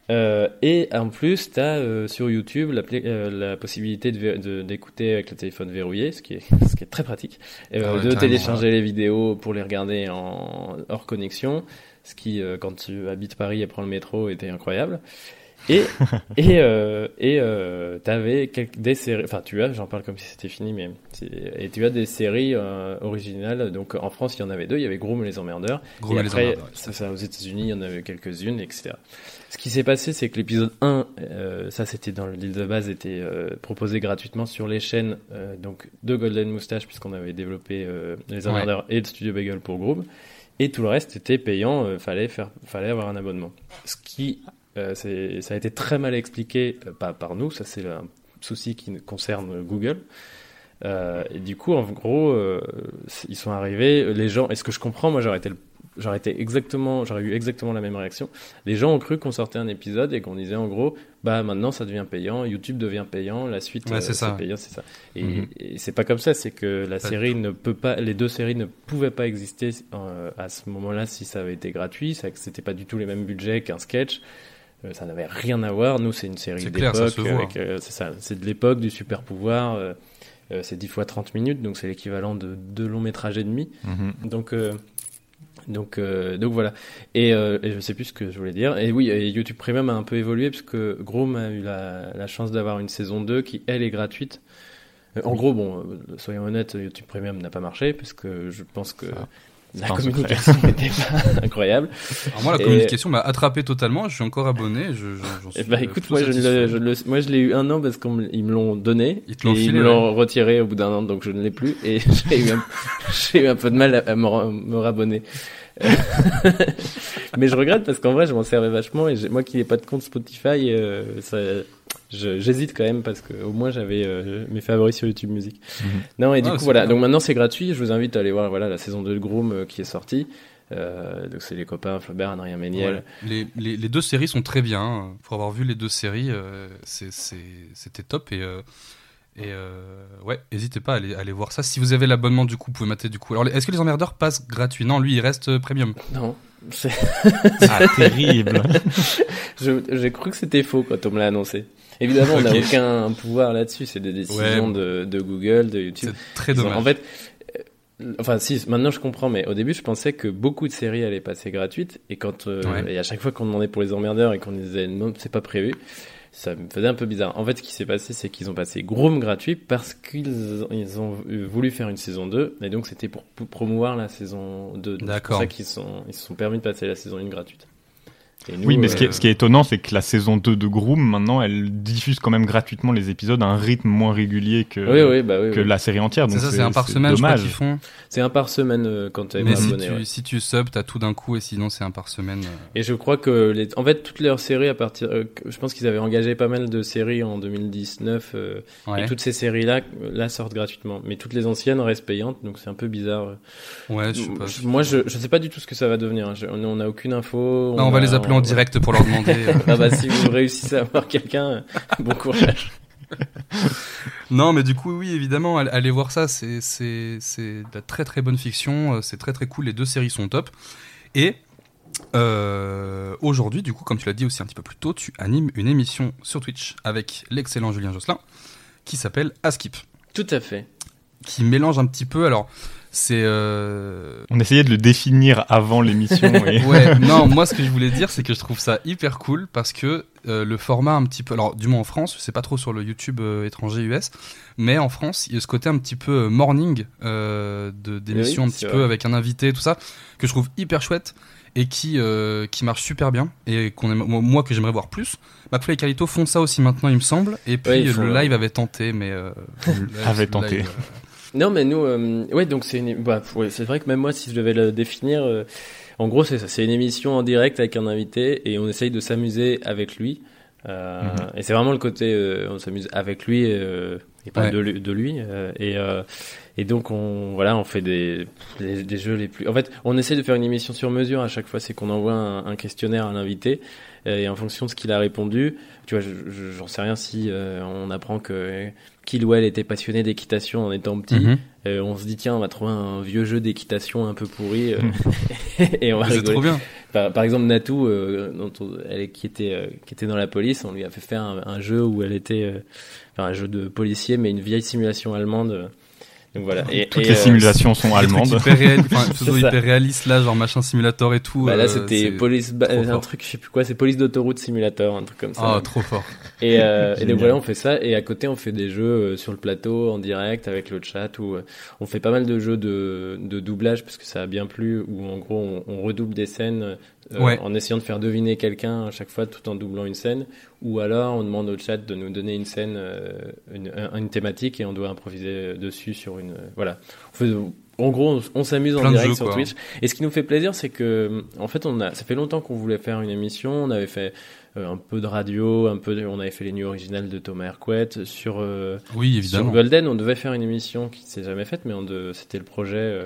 Euh, et en plus, tu as euh, sur YouTube la, euh, la possibilité de, vé- de, d'écouter avec le téléphone verrouillé, ce qui est, ce qui est très pratique, euh, Ah ouais, de carrément, télécharger ouais. les vidéos pour les regarder en hors connexion, ce qui, euh, quand tu habites Paris et prends le métro, était incroyable. Et et euh, et euh, t'avais quelques, des séries, enfin tu as, j'en parle comme si c'était fini, mais c'est, et tu as des séries euh, originales. Donc en France, il y en avait deux, il y avait Groom et les Emmerdeurs. Groom et et les après, Emmerdeurs, ouais. ça, ça, aux États-Unis, il y en avait quelques-unes, et cetera. Ce qui s'est passé, c'est que l'épisode un, euh, ça c'était dans le deal de base, était euh, proposé gratuitement sur les chaînes euh, donc de Golden Moustache, puisqu'on avait développé euh, les Emmerdeurs et de Studio Bagel pour Groom, et tout le reste était payant, euh, fallait faire, fallait avoir un abonnement. Ce qui Euh, c'est, ça a été très mal expliqué, euh, pas par nous, ça c'est un souci qui concerne Google. Euh, et du coup, en gros, euh, ils sont arrivés, les gens, et ce que je comprends, moi j'aurais été, le, j'aurais été exactement, j'aurais eu exactement la même réaction. Les gens ont cru qu'on sortait un épisode et qu'on disait en gros, bah maintenant ça devient payant, YouTube devient payant, la suite Ouais, euh, c'est ça. c'est payant, c'est ça. Et, Mhm. et c'est pas comme ça, c'est que la Pas série ne peut pas, les deux séries ne pouvaient pas exister euh, à ce moment-là si ça avait été gratuit, ça, c'était pas du tout les mêmes budgets qu'un sketch. Euh, ça n'avait rien à voir. Nous, c'est une série C'est d'époque. clair, ça se voit. Avec, euh, c'est ça, c'est de l'époque du super pouvoir. Euh, euh, c'est dix fois trente minutes, donc c'est l'équivalent de deux longs métrages et demi. Mhm. Donc, euh, donc, euh, donc voilà. Et, euh, et je sais plus ce que je voulais dire. Et oui, et YouTube Premium a un peu évolué parce que Groom a eu la, la chance d'avoir une saison deux qui, elle, est gratuite. Euh, en gros, bon, euh, soyons honnêtes, YouTube Premium n'a pas marché parce que je pense que Ça, la pas un communication n'était pas incroyable. Alors moi, la Et- communication m'a attrapé totalement. Je suis encore abonné. Je, j'en, j'en suis Eh ben, euh, écoute, plutôt moi je, satisfait. le, je le- moi je l'ai eu un an parce qu'ils me l'ont donné Ils te l'ont et ils filé, me l'ont ouais. retiré au bout d'un an, donc je ne l'ai plus et j'ai eu un, j'ai eu un peu de mal à, à me, ra- me rabonner. Mais je regrette parce qu'en vrai je m'en servais vachement et j'ai- moi qui n'ai pas de compte Spotify, euh, ça, je, j'hésite quand même parce que au moins j'avais euh, mes favoris sur YouTube Music. Mhm. Non et du Ah, coup c'est voilà, bien. donc maintenant c'est gratuit. Je vous invite à aller voir voilà la saison deux de Groom euh, qui est sortie. Euh, donc c'est les copains Flaubert, Adrien Méniel. Ouais. Les, les, les deux séries sont très bien. Pour avoir vu les deux séries, euh, c'est, c'est, c'était top. Et, euh, et euh, ouais, n'hésitez pas à aller, à aller voir ça. Si vous avez l'abonnement, du coup, vous pouvez mater du coup. Alors, est-ce que les emmerdeurs passent gratuit? Non, lui, il reste euh, premium. Non, c'est- Ah, terrible. Je- j'ai cru que c'était faux quand on me l'a annoncé. Évidemment, on n'a Ok. aucun pouvoir là-dessus. C'est des décisions Ouais. de, de Google, de YouTube. C'est très Ils ont- dommage. En fait, euh, enfin, si, maintenant je comprends, mais au début, je pensais que beaucoup de séries allaient passer gratuites. Et quand, euh, Ouais. et à chaque fois qu'on demandait pour les emmerdeurs et qu'on disait non, c'est pas prévu, ça me faisait un peu bizarre. En fait, ce qui s'est passé, c'est qu'ils ont passé Groom gratuit parce qu'ils ils ont euh, voulu faire une saison deux. Et donc, c'était pour p- promouvoir la saison deux. Donc, c'est D'accord. pour ça qu'ils sont, ils se sont permis de passer la saison un gratuite. Et nous, Oui, mais ce qui, euh, est, ce qui est étonnant, c'est que la saison deux de Groom, maintenant, elle diffuse quand même gratuitement les épisodes à un rythme moins régulier que, oui, oui, bah oui, que oui. la série entière. Donc c'est ça, c'est un par semaine, je crois dommage. qu'ils font. C'est un par semaine euh, quand t'es Mais pas si abonné. tu, ouais. si tu sub, t'as tout d'un coup, et sinon, c'est un par semaine. euh. Et je crois que, les... en fait, toutes leurs séries à partir, euh, que- je pense qu'ils avaient engagé pas mal de séries en deux mille dix-neuf, euh, Ouais, et toutes ces séries-là, euh, là, sortent gratuitement. Mais toutes les anciennes restent payantes, donc c'est un peu bizarre. ouais, je sais pas. Je- Moi, je, je sais pas du tout ce que ça va devenir. hein. Je- on n'a aucune info. Bah, on va les appeler en direct pour leur demander. euh. Ah bah, si vous réussissez à avoir quelqu'un, euh, bon courage. Non, mais du coup, oui, évidemment, all- allez voir ça. C'est, c'est, c'est de la très très bonne fiction. euh, C'est très très cool. Les deux séries sont top. Et euh, aujourd'hui, du coup, comme tu l'as dit aussi un petit peu plus tôt, tu animes une émission sur Twitch avec l'excellent Julien Josselin qui s'appelle Askip, Tout à fait. qui mélange un petit peu. Alors, c'est. euh, On essayait de le définir avant l'émission. et... Ouais, non, moi ce que je voulais dire, c'est que je trouve ça hyper cool parce que euh, le format un petit peu, alors du moins en France, c'est pas trop sur le YouTube euh, étranger U S, mais en France, il y a ce côté un petit peu euh, morning euh, de d'émission Oui, un c'est petit peu vrai. avec un invité, tout ça, que je trouve hyper chouette et qui euh, qui marche super bien et qu'on aime, moi, moi, que j'aimerais voir plus. McFly et Carlito font ça aussi maintenant, il me semble, et puis Ouais, ils font, le ouais. live avait tenté, mais euh, le live- Avait le tenté. live, euh, Non, mais nous, euh, ouais, donc c'est une, bah, ouais, c'est vrai que même moi, si je devais le définir, euh, en gros, c'est ça, c'est une émission en direct avec un invité et on essaye de s'amuser avec lui. Euh, Mhm. Et c'est vraiment le côté, euh, on s'amuse avec lui euh, et pas Ouais. de, lui- de lui. euh, et, euh, et donc, on, voilà, on fait des, des, des jeux les plus. En fait, on essaie de faire une émission sur mesure à chaque fois, c'est qu'on envoie un, un questionnaire à l'invité. et en fonction de ce qu'il a répondu, tu vois, je, je, j'en sais rien si euh, on apprend que qu'il ou elle était passionné d'équitation en étant petit, Mhm. euh, on se dit tiens, on va trouver un vieux jeu d'équitation un peu pourri euh, et on va Mais c'est rigoler. trop bien. Par, par exemple, Natou, euh, dont on- elle est- qui était euh, qui était dans la police, on lui a fait faire un, un jeu où elle était, euh, enfin un jeu de policier, mais une vieille simulation allemande. euh, Donc voilà. Et, Toutes et, les euh, simulations sont Des trucs allemandes. hyper réalistes, enfin, pseudo C'est ça. hyper réalistes là, genre machin simulator et tout. Bah là, euh, c'était c'est police, ba- trop un fort. truc, je sais plus quoi, c'est police d'autoroute simulator, un truc comme ça. Ah, trop fort. Et, euh, et Génial. donc voilà, on fait ça. Et à côté, on fait des jeux euh, sur le plateau, en direct, avec le chat, où euh, on fait pas mal de jeux de, de doublage, parce que ça a bien plu, où en gros, on, on redouble des scènes euh, Ouais. en essayant de faire deviner quelqu'un à chaque fois, tout en doublant une scène. Ou alors, on demande au chat de nous donner une scène, euh, une, un- une thématique, et on doit improviser dessus sur une... euh, voilà. On fait, en gros, on, on s'amuse en Plein de direct jeux, sur quoi. Twitch. Et ce qui nous fait plaisir, c'est que, en fait, on a, ça fait longtemps qu'on voulait faire une émission. On avait fait euh, un peu de radio, un peu, de- on avait fait les nuits originales de Thomas Hercouet sur euh, Oui, sur évidemment. Golden. On devait faire une émission qui ne s'est jamais faite, mais on de, c'était le projet. Euh,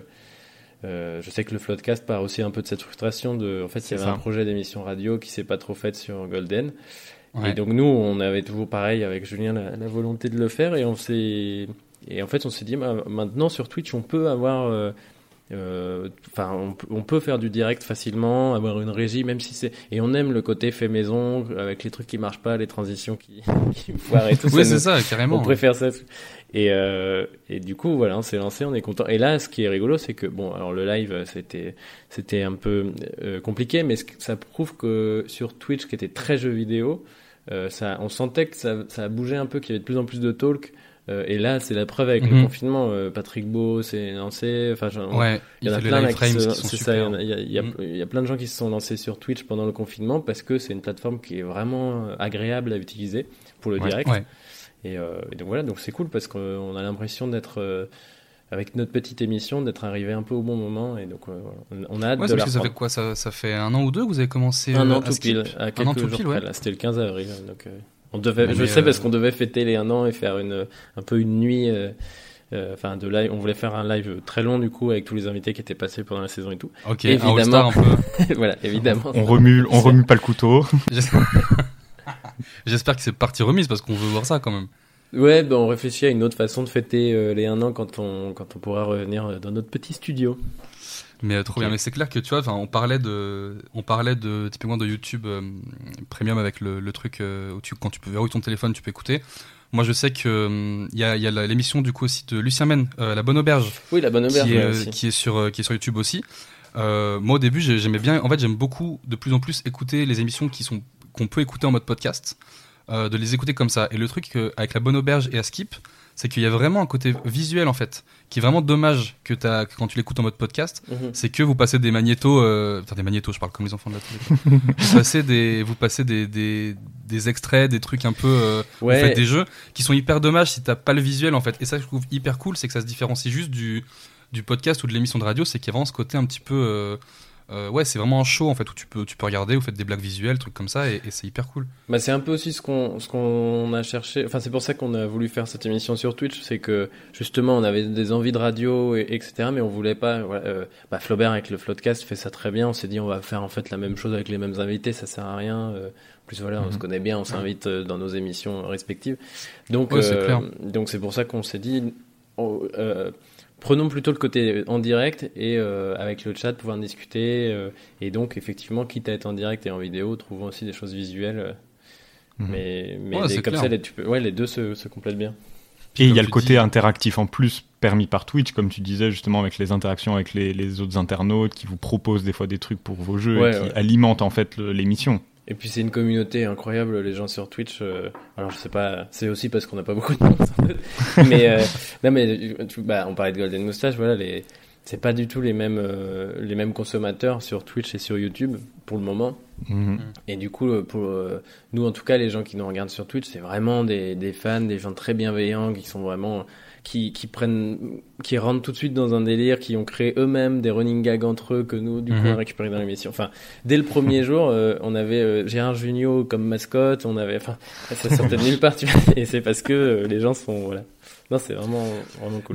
euh, je sais que le Floodcast part aussi un peu de cette frustration de, en fait, il y C'est avait ça. un projet d'émission radio qui s'est pas trop fait sur Golden. Ouais. Et donc nous, on avait toujours pareil avec Julien la, la volonté de le faire, et on s'est, et en fait, on s'est dit, bah, maintenant sur Twitch, on peut avoir euh, euh, enfin, on, peut- on peut faire du direct facilement, avoir une régie, même si c'est, et on aime le côté fait maison avec les trucs qui marchent pas, les transitions qui, qui foirent et tout. Oui, ça c'est nous- ça, carrément. on préfère ça. Et, euh, et du coup, voilà, on s'est lancé, on est content. Et là, ce qui est rigolo, c'est que, bon, alors le live, euh, c'était, c'était un peu euh, compliqué, mais ce que- ça prouve que sur Twitch, qui était très jeu vidéo, euh, ça, on sentait que ça, ça a bougé un peu, qu'il y avait de plus en plus de talk. Euh, et là, c'est la preuve avec le Mhm. confinement. Euh, Patrick Beau s'est lancé. Enfin, j'en- Ouais, il y en a fait les plein là live qui frames se, qui sont c'est ça, il y, en super. a- il y a, il y a- Mm. il y a plein de gens qui se sont lancés sur Twitch pendant le confinement parce que c'est une plateforme qui est vraiment euh, agréable à utiliser pour le Ouais. direct. Ouais. Et, euh, et donc voilà, donc c'est cool parce qu'on a l'impression d'être euh, avec notre petite émission, d'être arrivé un peu au bon moment, et donc euh, voilà. on on a hâte Ouais, de c'est la parce que ça fait reprendre. quoi ça, ça fait un an ou deux que vous avez commencé Un euh, an à tout Skip pile, à quelques Un an tout jours pile, près, ouais. là. C'était le quinze avril, donc euh, on devait, Mais je mais, sais euh, parce qu'on devait fêter les un an et faire une un peu une nuit. euh, euh, Enfin, de live, on voulait faire un live très long du coup avec tous les invités qui étaient passés pendant la saison et tout. Ok, Évidemment. un All-Star un peu. Voilà, évidemment. On remue, on remue pas le couteau. J'espère que c'est partie remise parce qu'on veut voir ça quand même. Ouais, ben on réfléchit à une autre façon de fêter euh, les un an quand on quand on pourra revenir euh, dans notre petit studio. Mais euh, trop Ok. bien. Mais c'est clair que tu vois, enfin, on parlait de, on parlait de typiquement de YouTube euh, Premium avec le, le truc euh, où tu, quand tu peux verrouiller ton téléphone, tu peux écouter. Moi, je sais que il y a, y a la- l'émission du coup aussi de Lucien Men, euh, La Bonne Auberge, Oui, la bonne auberge qui, est, ouais, euh, aussi. qui est sur euh, qui est sur YouTube aussi. Euh, moi, au début, j'ai- j'aimais bien. En fait, j'aime beaucoup de plus en plus écouter les émissions qui sont qu'on peut écouter en mode podcast, euh, de les écouter comme ça. Et le truc euh, avec La Bonne Auberge et à Skip, c'est qu'il y a vraiment un côté visuel en fait, qui est vraiment dommage que, t'as, que quand tu l'écoutes en mode podcast. Mhm. C'est que vous passez des magnétos, euh, enfin des magnétos, je parle comme les enfants de la télé. vous passez des, vous passez des, des, des extraits, des trucs un peu, euh, Ouais. vous faites des jeux qui sont hyper dommages si t'as pas le visuel en fait. Et ça, je trouve hyper cool, c'est que ça se différencie juste du, du podcast ou de l'émission de radio, c'est qu'il y a vraiment ce côté un petit peu, euh, euh, ouais, c'est vraiment un show en fait où tu peux, tu peux regarder, vous faites des blagues visuelles, trucs comme ça, et, et c'est hyper cool. Bah, c'est un peu aussi ce qu'on ce qu'on a cherché. Enfin, c'est pour ça qu'on a voulu faire cette émission sur Twitch, c'est que justement on avait des envies de radio et etc. Mais on voulait pas. Voilà, euh, bah, Flaubert avec le Floodcast fait ça très bien. On s'est dit on va faire en fait la même chose avec les mêmes invités, ça sert à rien. Euh, en plus voilà, on Mhm. se connaît bien, on s'invite euh, dans nos émissions respectives. Donc Ouais, c'est euh, clair. donc c'est pour ça qu'on s'est dit. oh, euh, Prenons plutôt le côté en direct et euh, avec le chat pouvoir en discuter euh, et donc effectivement quitte à être en direct et en vidéo, trouvons aussi des choses visuelles. euh, Mhm. Mais, mais Ouais, les- c'est comme clair. ça, les, tu peux, ouais, les deux se, se complètent bien. Et il y comme a le tu côté dis- interactif en plus permis par Twitch, comme tu disais justement avec les interactions avec les, les autres internautes qui vous proposent des fois des trucs pour vos jeux Ouais, et qui ouais. alimentent en fait le- l'émission. Et puis c'est une communauté incroyable, les gens sur Twitch. euh, alors je sais pas, c'est aussi parce qu'on n'a pas beaucoup de monde. sans doute. mais euh, non, mais tu- bah, on parlait de Golden Moustache, voilà, les, c'est pas du tout les mêmes, euh, les mêmes consommateurs sur Twitch et sur YouTube pour le moment. Mhm. Et du coup, euh, pour euh, nous en tout cas, les gens qui nous regardent sur Twitch, c'est vraiment des, des fans, des gens très bienveillants qui sont vraiment qui, qui prennent, qui rentrent tout de suite dans un délire, qui ont créé eux-mêmes des running gags entre eux que nous, du coup, Mhm. on a récupéré dans l'émission. Enfin, dès le premier jour, euh, on avait euh, Gérard Jugnot comme mascotte, on avait, enfin, ça sortait de nulle part, tu vois, et c'est parce que euh, les gens sont, voilà. Non, c'est vraiment, vraiment cool. Mais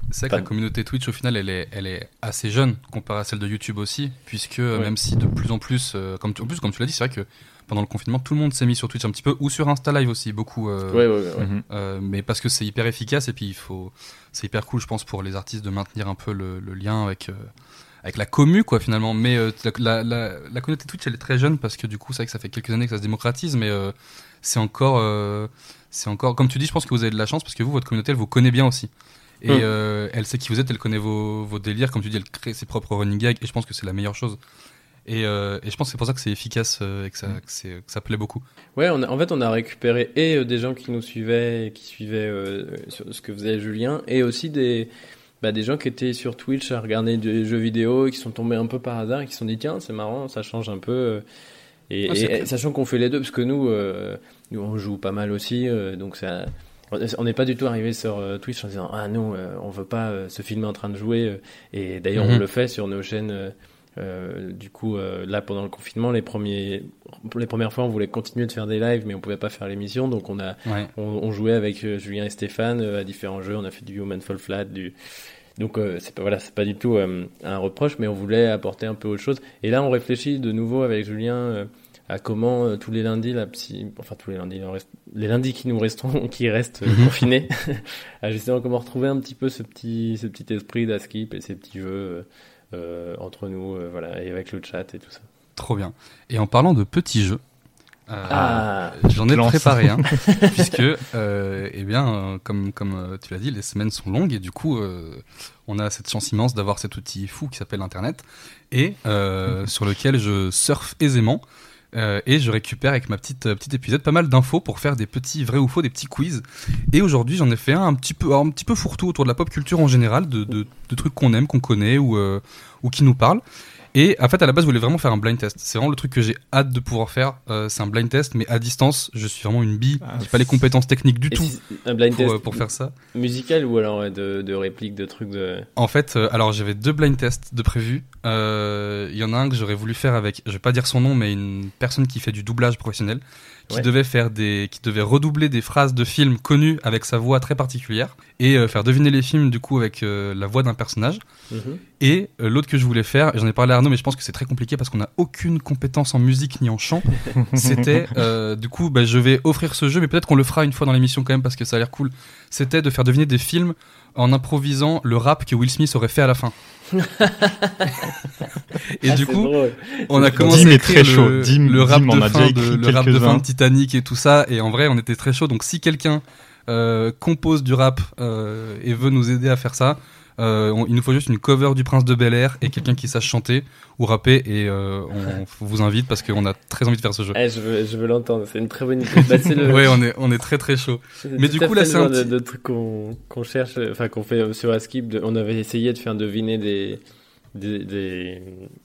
C'est vrai Pas- que la communauté Twitch, au final, elle est, elle est assez jeune comparée à celle de YouTube aussi, puisque euh, Ouais. même si de plus en plus, euh, comme tu, en plus, comme tu l'as dit, c'est vrai que pendant le confinement, tout le monde s'est mis sur Twitch un petit peu, ou sur Insta Live aussi, beaucoup. euh, Ouais, ouais, ouais. ouais. Mhm. euh, mais parce que c'est hyper efficace et puis il faut, c'est hyper cool, je pense, pour les artistes de maintenir un peu le, le lien avec. Euh, avec la commu quoi finalement, mais euh, la, la, la communauté Twitch elle est très jeune parce que du coup c'est vrai que ça fait quelques années que ça se démocratise, mais euh, c'est encore euh, c'est encore comme tu dis, je pense que vous avez de la chance parce que vous, votre communauté elle vous connaît bien aussi et Mm. euh, elle sait qui vous êtes, elle connaît vos, vos délires, comme tu dis, elle crée ses propres running gags et je pense que c'est la meilleure chose et, euh, et je pense que c'est pour ça que c'est efficace euh, et que ça, que, c'est, que ça plaît beaucoup. Ouais, on a, en fait, on a récupéré et euh, des gens qui nous suivaient, et qui suivaient euh, sur ce que faisait Julien, et aussi des, bah, des gens qui étaient sur Twitch à regarder des jeux vidéo et qui sont tombés un peu par hasard et qui se sont dit tiens, c'est marrant, ça change un peu. euh, Et, Ah, c'est et- cool. et sachant qu'on fait les deux, parce que nous, euh, nous on joue pas mal aussi, euh, donc ça. On n'est pas du tout arrivé sur euh, Twitch en disant ah non, euh, on veut pas euh, se filmer en train de jouer. euh, et d'ailleurs, Mhm. on le fait sur nos chaînes. euh, euh, du coup, euh, là pendant le confinement, les premiers, pour les premières fois, on voulait continuer de faire des lives, mais on pouvait pas faire l'émission, donc on a, Ouais. on, on jouait avec euh, Julien et Stéphane euh, à différents jeux. On a fait du Human Fall Flat, du donc euh, c'est pas voilà, c'est pas du tout euh, un reproche, mais on voulait apporter un peu autre chose. Et là, on réfléchit de nouveau avec Julien euh, à comment euh, tous les lundis, la psy... enfin tous les lundis, il en reste... les lundis qui nous resteront, qui restent euh, Mhm. confinés, à justement comment retrouver un petit peu ce petit, ce petit esprit d'Askip et ces petits jeux euh, euh, entre nous, euh, voilà, et avec le chat et tout ça. Trop bien. Et en parlant de petits jeux, euh, Ah, j'en ai Lance. préparé un, puisque, euh, eh bien, euh, comme, comme euh, tu l'as dit, les semaines sont longues et du coup, euh, on a cette chance immense d'avoir cet outil fou qui s'appelle Internet et euh, sur lequel je surfe aisément. Euh, et je récupère avec ma petite euh, petit épisode pas mal d'infos pour faire des petits vrais ou faux, des petits quiz. Et aujourd'hui, j'en ai fait un un petit peu, un petit peu fourre-tout autour de la pop culture en général, de, de, de trucs qu'on aime, qu'on connaît ou euh, ou qui nous parlent. Et en fait, à la base, je voulais vraiment faire un blind test. C'est vraiment le truc que j'ai hâte de pouvoir faire. Euh, c'est un blind test, mais à distance. Je suis vraiment une bille. Ah, J'ai pas les compétences techniques du et tout si- un blind pour, test euh, pour faire ça. musical ou alors ouais, de, de répliques, de trucs de. En fait, euh, alors j'avais deux blind tests de prévus. Euh, Il y en a un que j'aurais voulu faire avec, je vais pas dire son nom, mais une personne qui fait du doublage professionnel, qui Ouais. devait faire des, qui devait redoubler des phrases de films connus avec sa voix très particulière et euh, faire deviner les films du coup avec euh, la voix d'un personnage. Mhm. Et euh, l'autre que je voulais faire, j'en ai parlé à Arnaud, mais je pense que c'est très compliqué parce qu'on n'a aucune compétence en musique ni en chant. C'était, euh, du coup, bah, je vais offrir ce jeu, mais peut-être qu'on le fera une fois dans l'émission quand même parce que ça a l'air cool. C'était de faire deviner des films en improvisant le rap que Will Smith aurait fait à la fin. Et Ah, du c'est coup, drôle. on a Dim commencé est à écrire très chaud. le, Dim- le rap Dim en de a fin déjà de, écrit le rap de quelques-uns. fin de Titanic et tout ça. Et en vrai, on était très chaud. Donc, si quelqu'un euh, compose du rap euh, et veut nous aider à faire ça, euh, on- il nous faut juste une cover du Prince de Bel-Air et quelqu'un qui sache chanter ou rapper. Et euh, on vous invite parce qu'on a très envie de faire ce jeu. Eh, je veux, je veux l'entendre. C'est une très bonne idée. Bah, c'est le. Ouais, on est, on est très très chaud. C'est Mais tout du à coup, fait là, le c'est un genre de, petit- de truc qu'on qu'on cherche, enfin qu'on fait sur Askip. de- On avait essayé de faire deviner des des des,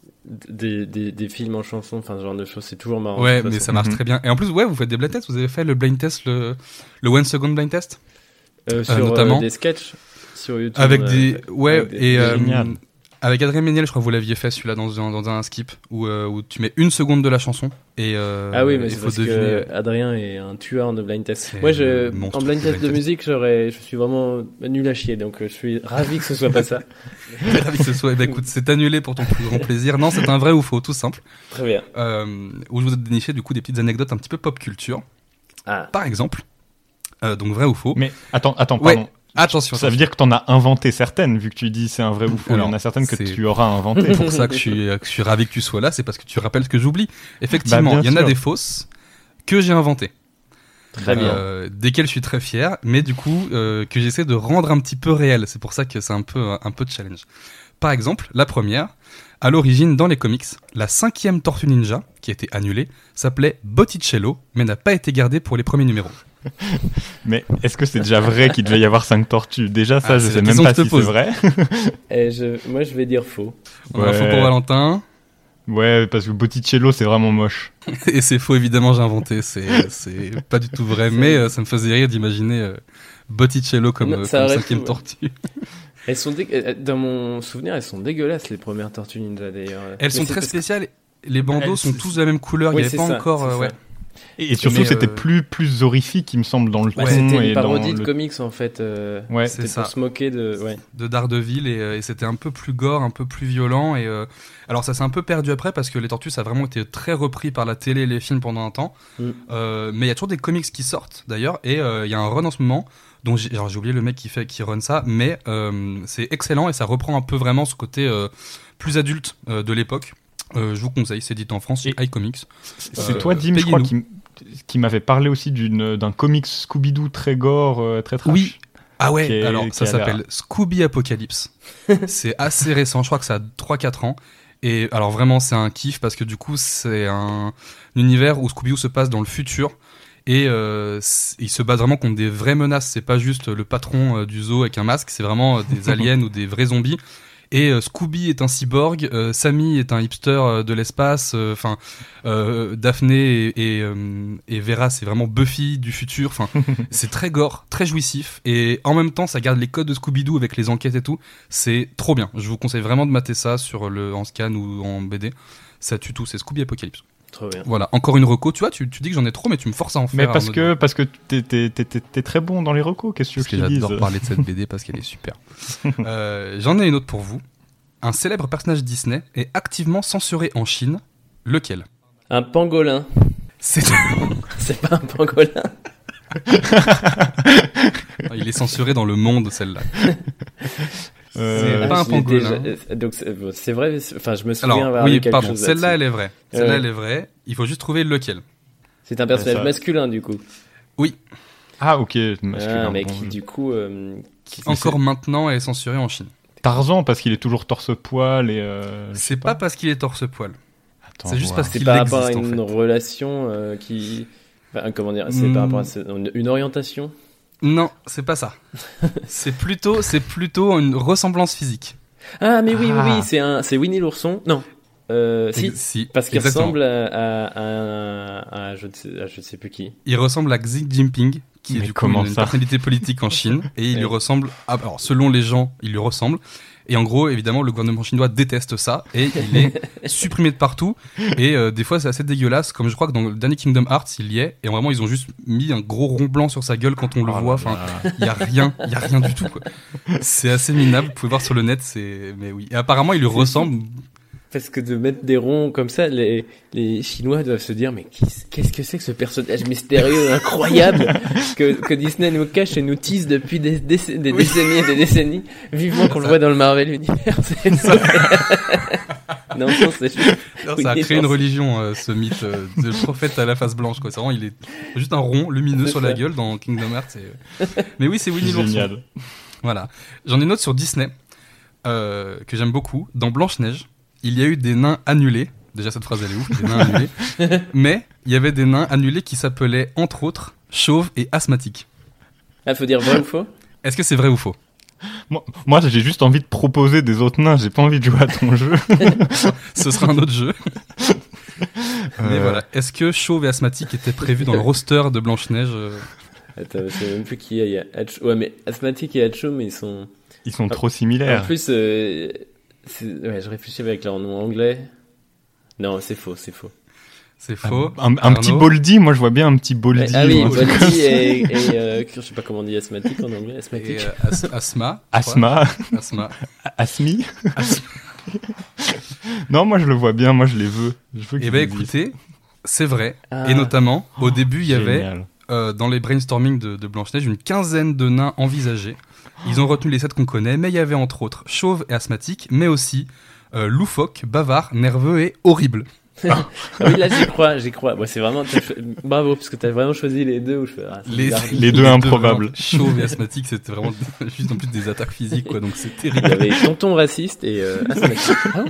des, des, des films en chanson, enfin ce genre de choses. C'est toujours marrant. Ouais, de toute mais façon. ça marche Mhm. très bien. Et en plus, ouais, vous faites des blind tests. Vous avez fait le blind test, le, le one second blind test Euh, sur notamment. euh, des sketchs sur YouTube. avec on a des, fait- ouais, avec des- et euh, Génial. avec Adrien Méniel, je crois que vous l'aviez fait celui-là dans un, dans un skip où, euh, où tu mets une seconde de la chanson et euh, Ah oui, mais il c'est faut parce deviner. que Adrien est un tueur de blind test. C'est Moi, je, le monstre en blind du test blind de test. musique, j'aurais, je suis vraiment nul à chier, donc euh, je suis ravi que ce soit pas ça. Très ravi que ce soit. Eh ben, écoute, c'est annulé pour ton plus grand plaisir. Non, c'est un vrai ou faux, tout simple. Très bien. Euh, où je vous ai déniché du coup des petites anecdotes un petit peu pop culture. Ah, Par exemple, euh, donc vrai ou faux. Mais attends, attends, Ouais. pardon. Attention, Ça veut dire que t'en as inventé certaines, vu que tu dis c'est un vrai ou faux. Alors, Il y en a certaines que c'est- tu auras inventées. c'est pour ça que je suis, que je suis ravi que tu sois là. C'est parce que tu rappelles ce que j'oublie. Effectivement, Bah, il y bien en a sûr. des fausses que j'ai inventées. très bien. Euh, desquelles je suis très fier, mais du coup euh, que j'essaie de rendre un petit peu réel. C'est pour ça que c'est un peu un peu de challenge. Par exemple, la première, à l'origine dans les comics, la cinquième Tortue Ninja, qui a été annulée, s'appelait Botticello, mais n'a pas été gardée pour les premiers numéros. Mais est-ce que c'est déjà vrai qu'il devait y avoir cinq tortues? Déjà, ça, Ah, je c'est sais la même question pas que je te si c'est pose. vrai. Et je, moi, je vais dire faux. On a un faux Ouais. pour Valentin, Ouais, parce que Botticello, c'est vraiment moche. et c'est faux évidemment, j'ai inventé. C'est c'est pas du tout vrai, mais euh, ça me faisait rire d'imaginer euh, Botticello comme, Non, euh, ça comme aurait cinquième pu, ouais. tortue. Elles sont dé- euh, dans mon souvenir, elles sont dégueulasses les premières Tortues Ninja d'ailleurs. Elles Mais sont c'est très parce que- spéciales. Les bandeaux Elles- sont tous de la même couleur. Oui, Il y avait c'est pas ça, encore. c'est euh, ça. ouais. Et, et surtout, Mais, c'était euh, plus, plus horrifique, il me semble, dans le Bah, ton c'était et une dans parodie de le... comics en fait. euh, Ouais, c'est C'était ça. pour se moquer de. Ouais. de Daredevil et, euh, et c'était un peu plus gore, un peu plus violent et euh, alors ça s'est un peu perdu après parce que les Tortues ça a vraiment été très repris par la télé et les films pendant un temps. Mm. Euh, mais il y a toujours des comics qui sortent d'ailleurs et euh, il y a un run en ce moment dont j'ai, alors, j'ai oublié le mec qui fait qui run ça mais euh, c'est excellent et ça reprend un peu vraiment ce côté euh, plus adulte euh, de l'époque. Euh, je vous conseille, c'est dit en France chez iComics. C'est Euh, toi, Dim, je crois, payez-nous. qui, m- qui m'avait parlé aussi d'une, d'un comics Scooby-Doo très gore, euh, très trash. Oui. Ah ouais, Qui est- alors qui ça a l'air- s'appelle Scooby Apocalypse. C'est assez récent, je crois que ça a trois quatre ans. Et alors vraiment c'est un kiff parce que du coup c'est un, un univers où Scooby-Doo se passe dans le futur et euh, c- il se bat vraiment contre des vraies menaces. C'est pas juste le patron euh, du zoo avec un masque, c'est vraiment euh, des aliens ou des vrais zombies. Et euh, Scooby est un cyborg, euh, Sammy est un hipster euh, de l'espace, enfin euh, Daphné et, et, euh, et Vera c'est vraiment Buffy du futur, enfin c'est très gore, très jouissif et en même temps ça garde les codes de Scooby-Doo avec les enquêtes et tout, c'est trop bien. Je vous conseille vraiment de mater ça sur le en scan ou en B D, ça tue tout, c'est Scooby Apocalypse. Trop bien. Voilà, encore une reco, tu vois, tu, tu dis que j'en ai trop mais tu me forces à en faire. Mais parce Arnaud. que, parce que t'es, t'es, t'es, t'es, t'es très bon dans les recos, qu'est-ce que Parce tu que veux que je te j'adore dise parler de cette B D parce qu'elle est super. Euh, j'en ai une autre pour vous. Un célèbre personnage Disney est activement censuré en Chine. Lequel? Un pangolin. C'est... C'est pas un pangolin. Il est censuré dans le monde, celle-là. Euh, C'est pas un Je l'ai pangolin. déjà- Donc c'est bon, c'est vrai. c'est- Enfin, je me souviens Alors, avoir oui, lu quelque pardon, chose celle-là, elle là-dessus. est vraie. Celle-là, Ouais. elle est vraie. Il faut juste trouver lequel. C'est un personnage ça- masculin du coup. Ah, ok, masculin. Ah, mais bon, qui je- du coup. euh, Qui Mais encore maintenant est censuré en Chine. Tarzan, parce qu'il est toujours torse-poil et... Euh, je sais C'est pas parce qu'il est torse-poil. Attends, c'est juste voir. parce C'est qu'il par rapport à existe, en une fait. relation euh, qui. Enfin, comment dire? C'est Hmm. par rapport à ce- une, une orientation. Non, c'est pas ça. c'est plutôt, c'est plutôt une ressemblance physique. Ah, mais oui, oui, Ah. oui, c'est un, c'est Winnie l'ourson. Non. Euh, si. si, Parce qu'il exactement. ressemble à, à, à, à- je ne sais, à je ne sais plus qui. Il ressemble à Xi Jinping, qui est Mais du coup comment une, une ça personnalité politique en Chine, et il lui Ouais. ressemble. ah, Alors, selon les gens, il lui ressemble. Et en gros, évidemment, le gouvernement chinois déteste ça, et il est supprimé de partout. Et euh, des fois, c'est assez dégueulasse, comme je crois que dans le dernier Kingdom Hearts, il y est. Et vraiment, ils ont juste mis un gros rond blanc sur sa gueule quand on le Oh voit. là Enfin, là. il y a rien, il y a rien du tout. Quoi. C'est assez minable. Vous pouvez voir sur le net. C'est, mais oui. Et apparemment, il lui ressemble. Parce que de mettre des ronds comme ça, les, les Chinois doivent se dire, mais qu'est-ce qu'est-ce que c'est que ce personnage mystérieux, incroyable, que, que Disney nous cache et nous tease depuis des, déc- des décennies et des décennies. Vivement qu'on le voit dans le Marvel Universe. non, non, c'est juste... Ça Oui, a créé non, une c'est- religion, euh, ce mythe euh, de prophète à la face blanche. Quoi. C'est vraiment, il est juste un rond lumineux C'est sur la ça. gueule dans Kingdom Hearts. et- Mais oui, c'est Winnie l'ourson. Génial. Voilà. J'en ai une autre sur Disney euh, que j'aime beaucoup. Dans Blanche-Neige, il y a eu des nains annulés. Déjà, cette phrase, elle est ouf, des nains annulés. Mais il y avait des nains annulés qui s'appelaient, entre autres, chauves et asthmatiques. Ah, faut dire vrai ou faux? Est-ce que c'est vrai ou faux? Moi, moi, j'ai juste envie de proposer des autres nains, j'ai pas envie de jouer à ton jeu. Ce sera un autre jeu. Mais Euh, voilà. Est-ce que chauve et asthmatique étaient prévus dans le roster de Blanche-Neige euh, Attends, je sais même plus qui il y a. Il y a Hacho- Ouais, mais Asthmatique et Hacho, mais ils sont... Ils sont trop En similaires. plus, euh, c'est- ouais, je réfléchis avec leur nom anglais. Non, c'est faux, c'est faux. C'est faux. Un, un petit Arnaud Boldy, moi je vois bien un petit Boldy. Ouais, ah oui, ou un truc comme Boldy ça. et, et euh, je sais pas comment on dit asthmatique en anglais, Et asthmatique. euh, as- asthma. je crois. Asma, Asthma. Asmi. Asthma. Non, moi je le vois bien, moi je les veux. Je veux Eh qu'ils ben existent. écoutez, c'est vrai. Ah. Et notamment, au début, il y avait, Génial. euh, dans les brainstorming de, de Blanche-Neige, une quinzaine de nains envisagés. Ils ont retenu les sept qu'on connaît, mais il y avait entre autres chauve et asthmatique, mais aussi euh, loufoque, bavard, nerveux et horrible. Ah oui, là j'y crois, j'y crois. Bon, c'est vraiment t'as cho- bravo parce que t'as vraiment choisi les deux où je fais ah, c'est Les, bizarre. Les deux improbables. vraiment, Chauve et asthmatique, c'était vraiment juste en plus des attaques physiques, quoi, donc c'est Il y terrible. avait tonton raciste et euh, asthmatique. Ah,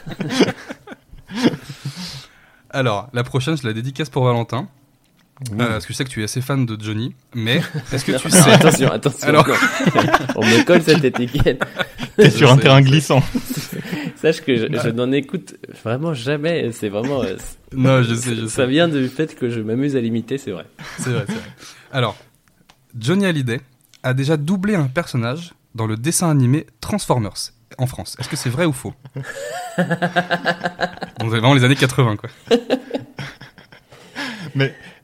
Alors, la prochaine, je la dédicace pour Valentin, euh, parce que je sais que tu es assez fan de Johnny, mais est-ce que tu non, sais... attention, attention. Alors- non. On me colle cette étiquette. T'es sur Je un sais, terrain je sais. glissant. Sache que je, je n'en écoute vraiment jamais. C'est vraiment. euh, Non, je sais, je sais. Ça vient du fait que je m'amuse à l'imiter, c'est vrai. C'est vrai, c'est vrai. Alors, Johnny Hallyday a déjà doublé un personnage dans le dessin animé Transformers en France. Est-ce que c'est vrai ou faux? Donc, c'est vraiment les années quatre-vingts, quoi. Mais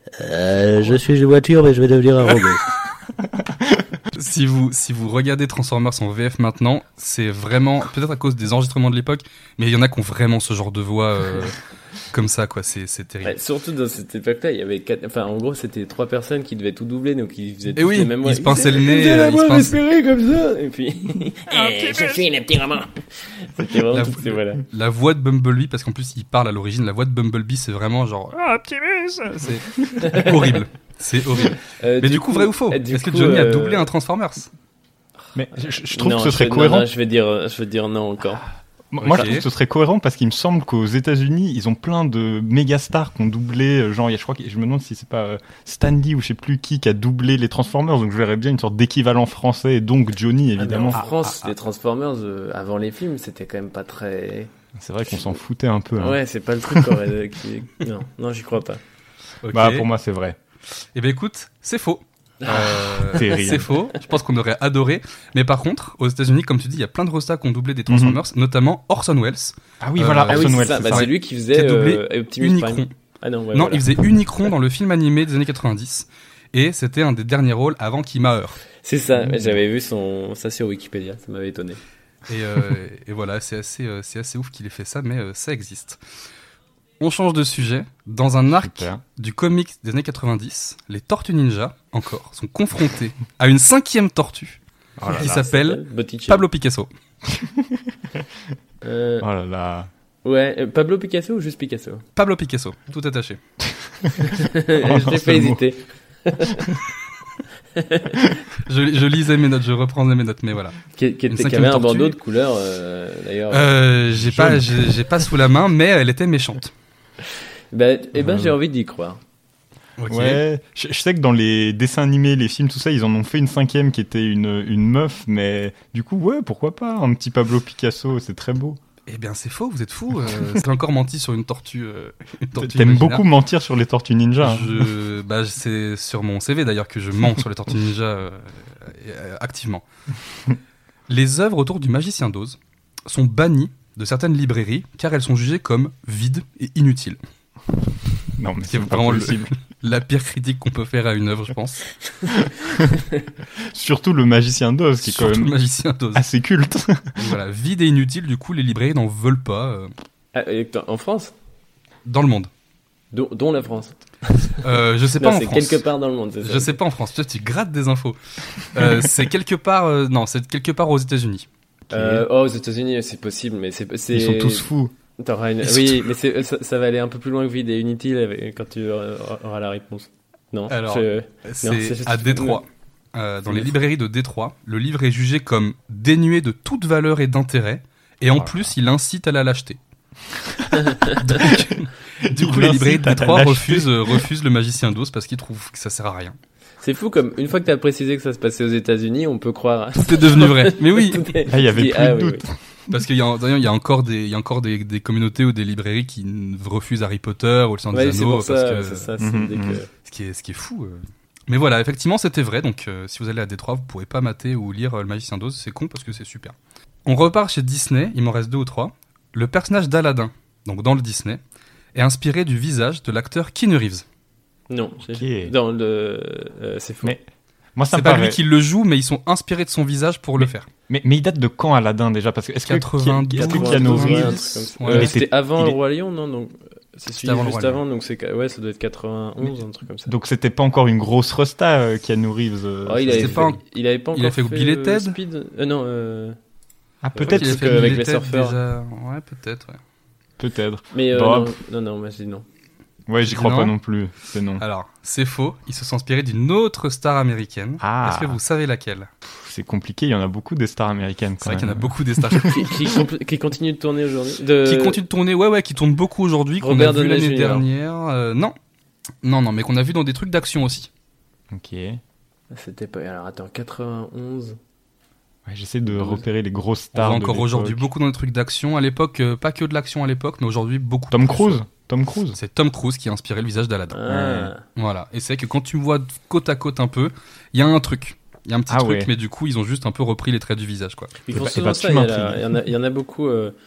Euh, je suis une voiture, mais je vais devenir un robot. Si vous, si vous regardez Transformers en V F maintenant, c'est vraiment, peut-être à cause des enregistrements de l'époque, mais il y en a qui ont vraiment ce genre de voix euh, comme ça, quoi. C'est, c'est terrible. Ouais, surtout dans cette époque-là, il y avait quatre, enfin, en gros, c'était trois personnes qui devaient tout doubler, donc ils faisaient Et tous oui, les mêmes voix. ils se pinçaient le nez, Ils faisaient la euh, ils voix se pinçaient- respirée comme ça, et puis, eh, je suis le petit roman. C'était vraiment La- toutes ces voix-là. La voix de Bumblebee, parce qu'en plus il parle à l'origine, la voix de Bumblebee c'est vraiment genre ah, Optimus, c'est horrible, c'est horrible. Euh, Mais du coup, vrai ou faux euh, du Est-ce que coup, Johnny a euh, doublé un Transformers? Mais je, je trouve non, que ce je serait vais- non, cohérent. non, je vais dire, je vais dire non encore. Moi, moi, Ok. je trouve que ce serait cohérent parce qu'il me semble qu'aux États-Unis, ils ont plein de méga stars qui ont doublé. euh, Genre, il y a- je crois que je me demande si c'est pas euh, Stan Lee ou je sais plus qui qui a doublé les Transformers. Donc, je verrais bien une sorte d'équivalent français. Et donc Johnny, Ah, mais évidemment. en France, les Transformers, euh, avant les films, c'était quand même pas très. C'est vrai qu'on s'en foutait un peu. hein. Ouais, c'est pas le truc quoi, euh, qui. Non, non, j'y crois pas. Ok. Bah, pour moi, c'est vrai. Eh ben écoute, c'est faux. Euh, Terrible. c'est faux. Je pense qu'on aurait adoré. Mais par contre, aux États-Unis, comme tu dis, il y a plein de rostas qui ont doublé des Transformers, notamment Orson Welles. Ah oui, Euh, voilà, ah Ah oui, Orson c'est Welles. ça. c'est Bah, ça. c'est lui qui Qui faisait a doublé euh, Optimus Unicron. Prime. Ah non, ouais, non, voilà. il faisait Unicron dans le film animé des années quatre-vingt-dix. Et c'était un des derniers rôles avant qu'il meure. C'est ça. J'avais vu son ça sur Wikipédia. Ça m'avait étonné. Et, euh, et voilà, c'est assez, euh, c'est assez ouf qu'il ait fait ça, mais euh, ça existe. On change de sujet. Dans un arc Super. du comics des années quatre-vingt-dix, les Tortues Ninja, encore, sont confrontés à une cinquième tortue Oh là qui là. s'appelle Botticelli. Pablo Picasso. Euh, Oh là là. ouais, euh, Pablo Picasso ou juste Picasso? Pablo Picasso, tout attaché. Je t'ai fait hésiter. Je, je lisais mes notes, je reprendais mes notes, mais voilà. Qui, qui, Une était, qui cinquième avait un tortue. bandeau de couleur, euh, d'ailleurs. Euh, j'ai jaune. pas, j'ai, j'ai pas sous la main, mais elle était méchante. Bah, eh ben, Euh. j'ai envie d'y croire. Ok. Ouais, je, je sais que dans les dessins animés, les films, tout ça, ils en ont fait une cinquième qui était une, une meuf, mais du coup, ouais, pourquoi pas, un petit Pablo Picasso, c'est très beau. Eh bien, c'est faux, vous êtes fous. Euh, j'ai encore menti sur une tortue. Euh, une tortue T'aimes imaginaire. beaucoup mentir sur les Tortues Ninja. hein. Je, bah, c'est sur mon C V d'ailleurs que je mens sur les Tortues Ninja euh, euh, activement. Les œuvres autour du magicien d'Oz sont bannies de certaines librairies car elles sont jugées comme vides et inutiles. Non, mais C'est c'est pas vraiment le- possible. La pire critique qu'on peut faire à une œuvre, je pense. Surtout le magicien d'Oz, qui est quand Surtout le même magicien d'Oz. assez culte. Donc voilà, vide et inutile, du coup les librairies n'en veulent pas euh, Ah, et attends, en France? dans le monde. Dont, dont la France. Euh, je sais Non, pas en c'est France. quelque part dans le monde, c'est ça. Je sais pas en France. Peut-être tu grattes des infos. Euh, c'est quelque part. euh, non, c'est quelque part aux États-Unis. Euh, oh, aux États-Unis, c'est possible, mais c'est. c'est- Ils sont tous fous. T'auras une... Ils sont Oui, mais c'est, ça, ça va aller un peu plus loin que vide et inutile avec- quand tu auras auras la réponse. Non. Alors, je- C'est c'est juste- à Détroit. Euh, dans C'est les juste- librairies de Détroit, le livre est jugé comme dénué de toute valeur et d'intérêt, et en Oh là plus, il incite à la lâcheté. Donc, du coup, Il les librairies de incite à la Détroit lâcheté. refusent, euh, refusent le magicien d'Oz parce qu'ils trouvent que ça sert à rien. C'est fou comme une fois que t'as précisé que ça se passait aux États-Unis, on peut croire. Tout est devenu vrai. Mais oui, Tout est- Ah, il y avait dit, plus ah, de oui, doute. oui. parce qu'il y a, d'ailleurs, il y a encore des, il y a encore des, des communautés ou des librairies qui n- refusent Harry Potter ou le Seigneur Ouais, des c'est Anneaux pour parce ça, que c'est ça, c'est Mhm, dès que- mhm. ce qui est, ce qui est fou. euh. Mais voilà, effectivement, c'était vrai. Donc, euh, si vous allez à Détroit, vous pourrez pas mater ou lire euh, Le Magicien d'Oz. C'est con parce que c'est super. On repart chez Disney. Il m'en reste deux ou trois. Le personnage d'Aladin, donc dans le Disney, est inspiré du visage de l'acteur Keanu Reeves. Non, j'ai- Ok. dans le, euh, c'est faux. Mais moi, ça C'est me pas paraît. lui qui le joue, mais ils sont inspirés de son visage pour le faire. Mais, mais il date de quand Aladdin déjà? Parce que est-ce que quatre-vingt-douze, est-ce que Keanu quatre-vingt-douze, ouais, un Reeves, truc comme ça. Ouais, Euh, il c'était était- avant il le est- Roi Lion, non? Donc, c'est C'était celui avant le juste Roi Lion. avant, donc c'est, ouais, ça doit être quatre-vingt-onze, un truc comme ça. donc c'était pas encore une grosse resta, euh, Keanu Reeves. euh, Oh, il, c'était avait pas fait, il avait pas encore il a fait Bill et euh, Ted Speed. Euh, non, euh, Ah, Ouais, peut-être, il a Il a fait fait avec Bill et les Ted surfeurs. déjà. Ouais, peut-être. Ouais. peut-être. mais euh, Bon. non, non, non, moi je dis non. Ouais, j'y crois Non. pas non plus. C'est non. Alors, c'est faux. Ils se sont inspirés d'une autre star américaine. Ah. Est-ce que vous savez laquelle? Pff, c'est compliqué. Il y en a beaucoup des stars américaines. C'est quand vrai qu'il y en a même. beaucoup des stars qui, qui, compl- qui continue de tourner aujourd'hui. De... qui continuent de tourner. Ouais, ouais, qui tournent beaucoup aujourd'hui. Qu'on Robert a vu Downey l'année Junior dernière. Euh, non, non, non, mais qu'on a vu dans des trucs d'action aussi. Ok. C'était pas. Alors attends, quatre-vingt-onze. Ouais, j'essaie de repérer les grosses On voit stars. de encore l'époque. aujourd'hui beaucoup dans des trucs d'action. À l'époque, euh, pas que de l'action à l'époque, mais aujourd'hui beaucoup. Tom plus. Cruise. Tom Cruise. C'est Tom Cruise qui a inspiré le visage d'Aladin. Ah. Voilà. Et c'est vrai que quand tu me vois côte à côte un peu, il y a un truc. Il y a un petit Ah truc, ouais. mais du coup, ils ont juste un peu repris les traits du visage, quoi. Ils Eh font bah- souvent eh bah, ça. tu Il y, a m'intrigues. la- il y en a, il y en a beaucoup. euh,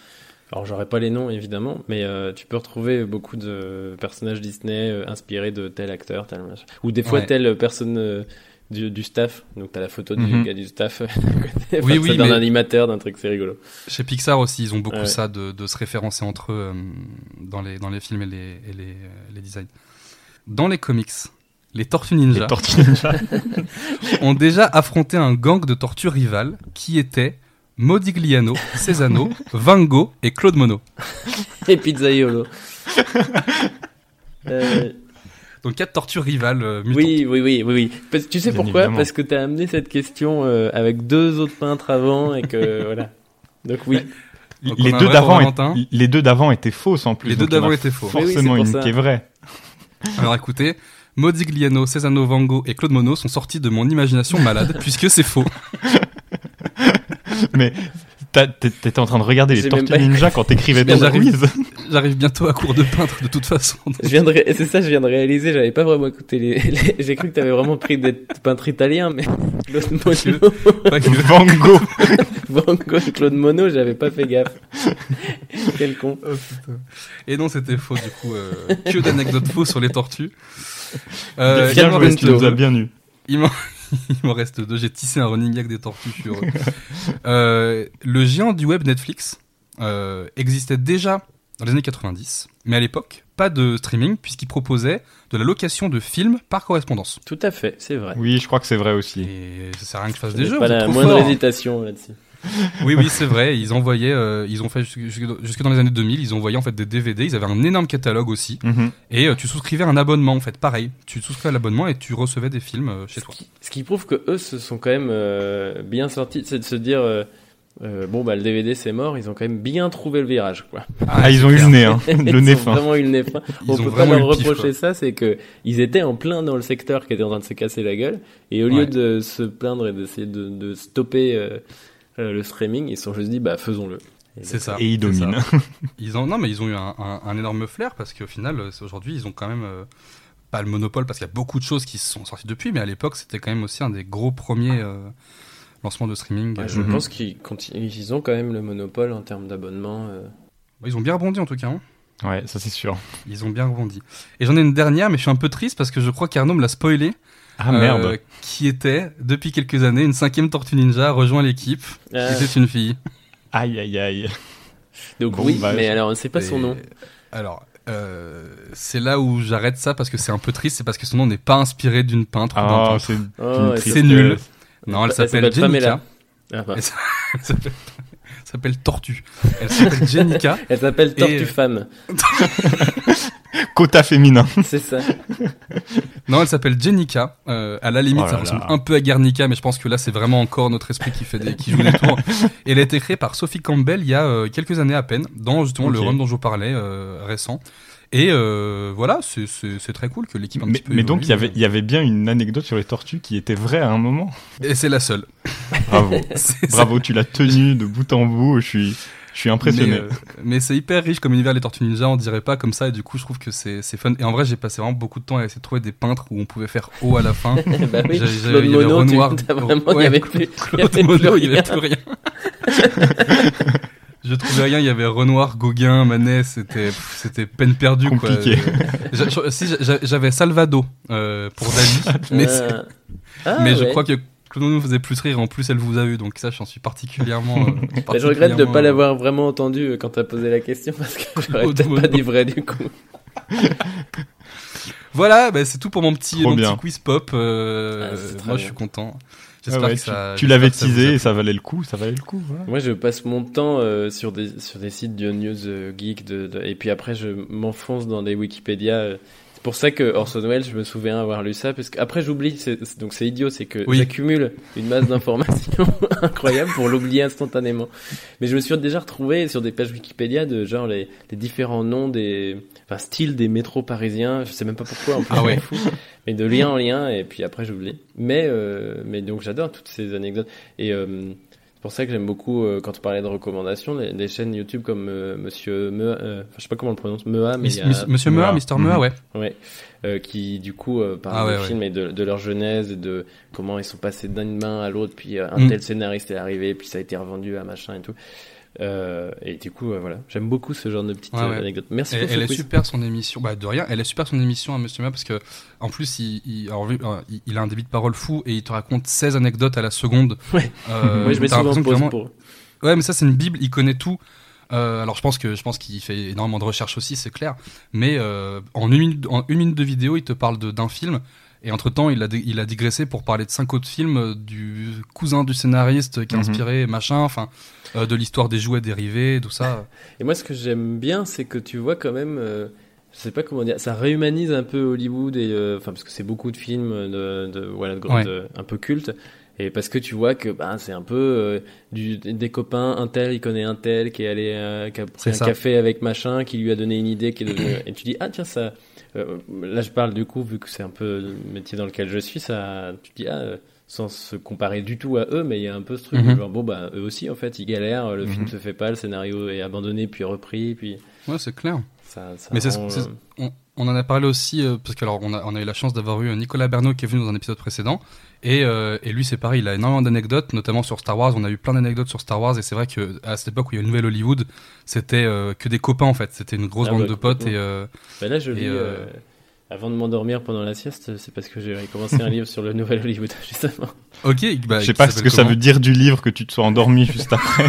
Alors j'aurais pas les noms évidemment, mais euh, tu peux retrouver beaucoup de personnages Disney euh, inspirés de tel acteur, tel machin. Ou des fois Ouais. telle personne euh, du, du staff. Donc t'as la photo du Mhm. gars du staff. Oui, Enfin, oui, c'est d'un mais- animateur, d'un truc, c'est rigolo. Chez Pixar aussi, ils ont beaucoup Ouais. ça de, de se référencer entre eux euh, dans, les, dans les films et les, et les, euh, les designs. Dans les comics, les Tortues Ninja Les Tortues Ninja. ont déjà affronté un gang de tortues rivales qui étaient Modigliano, Cesano, Van Gogh et Claude Monod. Et Pizzaiolo. euh, Donc quatre tortues rivales euh, mutantes. oui, oui, oui, oui, oui. Parce, tu sais Bien pourquoi? évidemment. Parce que t'as amené cette question euh, avec deux autres peintres avant et que voilà. Donc oui. Donc, les, on a un deux vrai d'avant Valentin. étaient- les deux d'avant étaient fausses en plus. Les deux donc il y en d'avant a étaient faux. Oui, oui, Forcément c'est pour une ça. qui est vraie. Alors écoutez, Modigliano, Cesano, Van Gogh et Claude Monod sont sortis de mon imagination malade puisque c'est faux. Mais t'as- t'é- t'étais en train de regarder les J'ai même Tortues pas- Ninja quand t'écrivais Mais ton j'arrive- quiz. J'arrive bientôt à cours de peintre de toute façon. donc- Je viens de ré- c'est ça, je viens de réaliser, j'avais pas vraiment écouté les, les- j'ai cru que t'avais vraiment pris des peintres italiens, mais Claude Monod, Pas que- Van Gogh. Van Gogh, Claude Monod, j'avais pas fait gaffe. Quel con. Et non, c'était faux du coup. euh, que d'anecdotes fausses sur les tortues. Euh, Bien il m'en joué, reste tu nous deux. as bien eu. Il m'en... il m'en reste deux. J'ai tissé un running gag des tortues sur eux. Euh, le géant du web Netflix euh, existait déjà dans les années quatre-vingt-dix, mais à l'époque, pas de streaming puisqu'il proposait de la location de films par correspondance. Tout à fait, c'est vrai. Oui, je crois que c'est vrai aussi. Et ça sert à rien que je fasse Je des n'ai jeux. pas vous êtes la trop moindre forts. hésitation là-dessus. Oui, oui, c'est vrai. Ils envoyaient, euh, ils ont fait jusque, jusque- jusque dans les années deux mille, ils envoyaient en fait des D V D. Ils avaient un énorme catalogue aussi. Mhm. Et euh, tu souscrivais un abonnement en fait, pareil. Tu souscrivais à l'abonnement et tu recevais des films euh, chez Ce toi. qui, ce qui prouve que eux se sont quand même euh, bien sortis, c'est de se dire euh, euh, bon bah le D V D c'est mort, ils ont quand même bien trouvé le virage quoi. Ah, ils ont eu le nez, hein. Le Ils nez ont fin. vraiment eu le nez fin. Ils On ont peut pas vraiment leur eu le pif, reprocher quoi. ça, c'est que ils étaient en plein dans le secteur qui était en train de se casser la gueule, et au lieu Ouais. de se plaindre et d'essayer de, de stopper euh, euh, le streaming, ils se sont juste dit bah faisons-le. Et C'est donc, ça. Et ils c'est dominent. ça. Ils ont, non, mais ils ont eu un, un, un énorme flair parce qu'au final, euh, c'est- aujourd'hui, ils ont quand même euh, pas le monopole parce qu'il y a beaucoup de choses qui se sont sorties depuis, mais à l'époque, c'était quand même aussi un des gros premiers euh, lancements de streaming. ouais, Euh, je Mhm. pense qu'ils continuent, ils ont quand même le monopole en termes d'abonnement. euh. Ils ont bien rebondi en tout cas. Hein. Ouais, ça c'est sûr. Ils ont bien rebondi. Et j'en ai une dernière, mais je suis un peu triste parce que je crois qu'Arnaud me l'a spoilé. Ah euh, merde. Qui était, depuis quelques années, une cinquième Tortue Ninja a rejoint l'équipe. Ah. Qui était une fille. Aïe aïe aïe. Donc Bon, oui, bah, mais je- alors on ne sait pas son Et- nom. Alors, euh, c'est là où j'arrête ça parce que c'est un peu triste. C'est parce que son nom n'est pas inspiré d'une peintre. ou d'un Ah, peintre. c'est Oh, une ouais, tristesse. c'est nul. Non, elle Elle s'appelle s'appelle Pamela. Jenica. Ah, bah. Elle s- elle s'appelle elle s'appelle Tortue. Elle s'appelle Jenica. Elle s'appelle Tortue Et- Femme, Quota féminin. c'est ça. Non, elle s'appelle Jenica. Euh, à la limite, Oh là ça ressemble là. un peu à Guernica, mais je pense que là, c'est vraiment encore notre esprit qui fait des, qui joue des tours. Et elle a été créée par Sophie Campbell il y a euh, quelques années à peine, dans justement le Ok. run dont je vous parlais euh, récent. Et euh, voilà, c'est, c'est, c'est très cool que l'équipe un Mais, petit peu mais donc il y évolue. avait, il y avait bien une anecdote sur les tortues qui était vraie à un moment. Et c'est la seule. Bravo. C'est- Bravo, tu l'as tenue de bout en bout. Je suis, je suis impressionné. Mais, euh, mais c'est hyper riche comme univers les Tortues Ninja, on dirait pas comme ça, et du coup je trouve que c'est, c'est fun. Et en vrai j'ai passé vraiment beaucoup de temps à essayer de trouver des peintres où on pouvait faire haut à la fin. bah oui, J'avais- j'avais- Claude il y avait Monod, tu- Renoir. t'as vraiment, il Ouais, y avait plus, il y Claude avait plus Monod, il y avait rien. plus rien. Je trouvais rien, il y avait Renoir, Gauguin, Manet, c'était, pff, c'était peine perdue. Compliqué. Quoi. J'a- je- si, j'a- j'avais Salvado euh, pour Dali, mais, c'est- Ah. Ah, mais je ouais. crois que Claude Monod faisait plus rire, en plus elle vous a eu, donc ça j'en suis particulièrement... euh, Bah, je regrette de particulièrement, pas euh, l'avoir vraiment entendu euh, quand t'as posé la question parce que j'aurais Claude peut-être pas Monod. dit vrai du coup. Voilà, bah, c'est tout pour mon petit, Trop mon bien. petit quiz pop. Euh, Ah, c'est très moi, je bien. suis content. Ah J'espère ouais, que ça. tu tu l'avais j'espère que ça vous teasé a et plu. ça valait le coup. Ça valait le coup. Voilà. Moi, je passe mon temps euh, sur des sur des sites de news euh, geek de, de- et puis après je m'enfonce dans des Wikipédia. euh. C'est pour ça que Orson Welles, je me souviens avoir lu ça parce qu'après j'oublie. C'est, c'est- donc c'est idiot, c'est que Oui. j'accumule une masse d'informations incroyable pour l'oublier instantanément. Mais je me suis déjà retrouvé sur des pages Wikipédia de genre les, les différents noms des enfin styles des métros parisiens. Je sais même pas pourquoi. En plus, Ah ouais. je m'en fous. Mais de lien en lien et puis après j'oublie. Mais euh, mais donc j'adore toutes ces anecdotes et euh, c'est pour ça que j'aime beaucoup euh, quand tu parlais de recommandations les, les chaînes YouTube comme euh, Monsieur Mea, euh, enfin, je sais pas comment on le prononce, Mea, mais Miss- il y a, Miss- Monsieur Mea, Mea. Mister Mea, Mhm. ouais. ouais, euh, qui du coup euh, parle Ah ouais, des ouais. films et de, de leur genèse et de comment ils sont passés d'une main à l'autre, puis euh, un Mm. tel scénariste est arrivé, puis ça a été revendu à machin et tout. Euh, et du coup, euh, voilà, j'aime beaucoup ce genre de petites Ouais, ouais. euh, anecdotes. Merci Elle, pour elle ce est quiz. super son émission. Bah de rien, elle est super son émission à Monsieur Mia parce que en plus il, il, alors, lui, euh, il, il a un débit de parole fou et il te raconte seize anecdotes à la seconde. Ouais. Euh, Moi, je mets t'as souvent en l'impression que pause vraiment- pour. Ouais, mais ça c'est une bible, il connaît tout. Euh, alors je pense que je pense qu'il fait énormément de recherches aussi, c'est clair. Mais euh, en une minute, en une minute de vidéo, il te parle de, d'un film. Et entre temps, il a dé- il a digressé pour parler de cinq autres films, euh, du cousin du scénariste qui a Mhm. inspiré machin, enfin euh, de l'histoire des jouets dérivés, tout ça. Et moi, ce que j'aime bien, c'est que tu vois quand même, euh, je sais pas comment dire, ça réhumanise un peu Hollywood et, euh, enfin, parce que c'est beaucoup de films de, de voilà, de, Ouais. de- un peu cultes. Et parce que tu vois que bah, c'est un peu euh, du, des copains, un tel, il connaît un tel qui est allé, euh, qui a pris C'est un ça. café avec machin, qui lui a donné une idée, qui est devenue... et tu dis ah tiens ça. Euh, là je parle du coup vu que c'est un peu le métier dans lequel je suis, ça, tu te dis ah euh, sans se comparer du tout à eux, mais il y a un peu ce truc Mhm. où genre bon bah eux aussi en fait ils galèrent, le Mhm. film se fait pas, le scénario est abandonné puis repris, puis Ouais, c'est clair. ça. ça Mais c'est, rend, c'est- euh, on, on en a parlé aussi euh, parce que alors on a, on a eu la chance d'avoir eu Nicolas Bernot qui est venu dans un épisode précédent et, euh, et lui c'est pareil, il a énormément d'anecdotes, notamment sur Star Wars. On a eu plein d'anecdotes sur Star Wars et c'est vrai que à cette époque où il y a une nouvelle Hollywood, c'était euh, que des copains en fait, c'était une grosse Ah bande bah, de potes complètement. et euh, Bah là, je Et, lis, euh, euh, avant de m'endormir pendant la sieste, c'est parce que j'ai commencé un livre sur le nouvel Hollywood, justement. ok. Bah, Je sais qui pas ce s'appelle que ça comment veut dire du livre que tu te sois endormi juste après.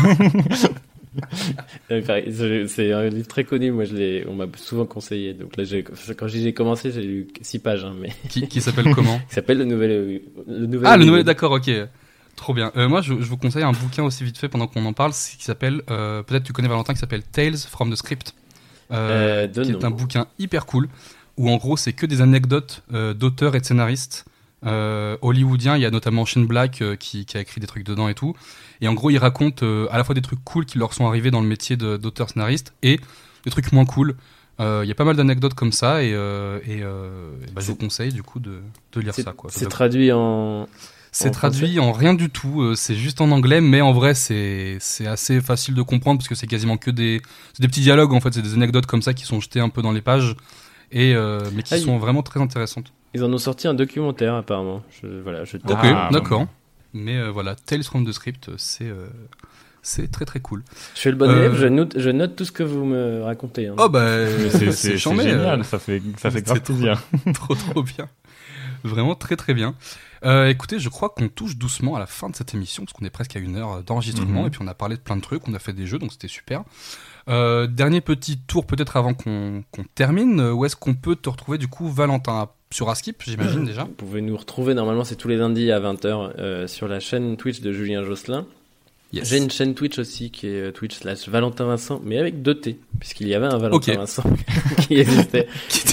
Euh, pareil, c'est c'est un livre très connu, moi je l'ai, on m'a souvent conseillé. Donc là, j'ai- quand j'ai commencé, j'ai lu six pages, hein, mais qui, qui s'appelle comment? qui s'appelle le nouvel, le nouvel Ah, le Hollywood. nouvel, d'accord, ok. Trop bien. Euh, moi, je, je vous conseille un bouquin aussi vite fait pendant qu'on en parle, c'est- qui s'appelle, euh, peut-être tu connais Valentin, qui s'appelle Tales from the Script, euh, Euh, de qui nom. est un bouquin hyper cool, où en gros c'est que des anecdotes euh, d'auteurs et de scénaristes euh, hollywoodiens. Il y a notamment Shane Black euh, qui, qui a écrit des trucs dedans et tout. Et en gros, il raconte euh, à la fois des trucs cool qui leur sont arrivés dans le métier de, d'auteur-scénariste et des trucs moins cool. Euh, Il y a pas mal d'anecdotes comme ça et, euh, et, euh, et bah, je vous conseille du coup de, de lire C'est- ça. Quoi. Ça C'est doit- traduit en. c'est En traduit en rien du tout, euh, c'est juste en anglais, mais en vrai c'est c'est assez facile de comprendre parce que c'est quasiment que des c'est des petits dialogues en fait, c'est des anecdotes comme ça qui sont jetées un peu dans les pages et euh, mais qui Ah, sont il- vraiment très intéressantes. Ils en ont sorti un documentaire apparemment. Je, voilà, je tape. Ok, Ah, d'accord. Mais euh, voilà, Tales from the Script, c'est euh, c'est très très cool. Je fais le bon Euh, élève, je note, je note tout ce que vous me racontez. hein. Oh bah Mais c'est, c'est, c'est chambé, génial, euh, ça fait, ça fait grave c'est trop- plaisir. trop trop bien. Vraiment très très bien. Euh, écoutez, je crois qu'on touche doucement à la fin de cette émission parce qu'on est presque à une heure d'enregistrement Mhm. et puis on a parlé de plein de trucs, on a fait des jeux donc c'était super. Euh, dernier petit tour peut-être avant qu'on, qu'on termine, où est-ce qu'on peut te retrouver du coup Valentin? Sur Askip j'imagine déjà. Vous pouvez nous retrouver, normalement c'est tous les lundis à vingt heures euh, sur la chaîne Twitch de Julien Josselin. Yes. J'ai une chaîne Twitch aussi qui est euh, Twitch slash Valentin Vincent, mais avec deux T, puisqu'il y avait un Valentin Ok. Vincent qui existait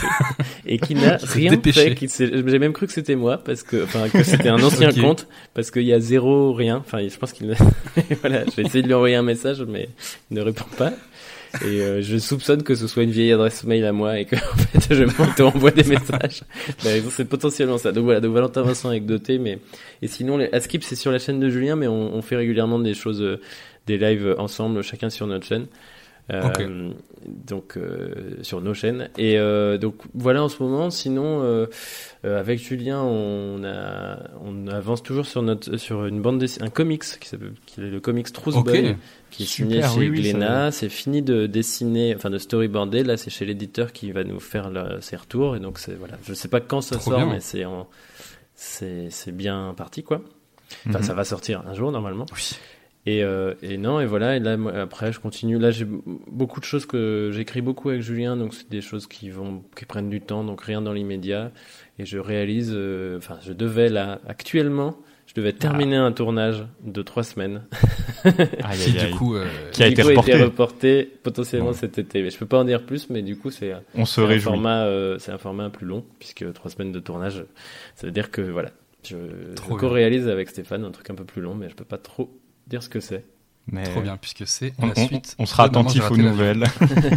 et qui n'a Qui s'est rien dépêché. fait. Qui s'est- J'ai même cru que c'était moi, parce que, enfin, que c'était un ancien Ok. compte, parce qu'il y a zéro rien. Enfin, je pense qu'il. ne- voilà, j'ai essayé de lui envoyer un message, mais il ne répond pas. Et euh, je soupçonne que ce soit une vieille adresse mail à moi et que en fait je m'auto-envoie des messages. La raison, c'est potentiellement ça. Donc voilà, donc Valentin Vincent avec deux T, mais et sinon les Askip c'est sur la chaîne de Julien, mais on, on fait régulièrement des choses, euh, des lives ensemble, chacun sur notre chaîne. Euh, Ok. Donc euh, sur nos chaînes. Et euh, donc voilà en ce moment. Sinon euh, euh, avec Julien, on a on avance toujours sur notre sur une bande dessinée, un comics qui s'appelle qui est le comics Truth Ok. Boy, qui est signé Super, chez oui, oui, Glénat. C'est fini de dessiner, enfin de storyboarder. Là, c'est chez l'éditeur qui va nous faire le- ses retours. Et donc, c'est voilà. Je sais pas quand ça Trop sort, bien. mais c'est en, c'est c'est bien parti quoi. Enfin, Mhm. ça va sortir un jour normalement. Oui. Et, euh, et non, et voilà. Et là, moi, après, je continue. Là, j'ai beaucoup de choses que j'écris beaucoup avec Julien, donc c'est des choses qui vont, qui prennent du temps, donc rien dans l'immédiat. Et je réalise. euh, Enfin, je devais là actuellement. Je devais terminer un tournage de trois semaines. Aïe, Qui aïe, du aïe. coup euh, Qui a Du été coup, reporté. reporté potentiellement Bon. cet été. Mais je peux pas en dire plus, mais du coup, c'est On se c'est un réjouit. format, euh, c'est un format plus long, puisque trois semaines de tournage, ça veut dire que voilà, je, Trop je bien. co-réalise avec Stéphane un truc un peu plus long, mais je peux pas trop dire ce que c'est. Mais trop bien puisque c'est On, la on- suite. on sera de Maman, j'ai attentif aux raté l'avion. nouvelles.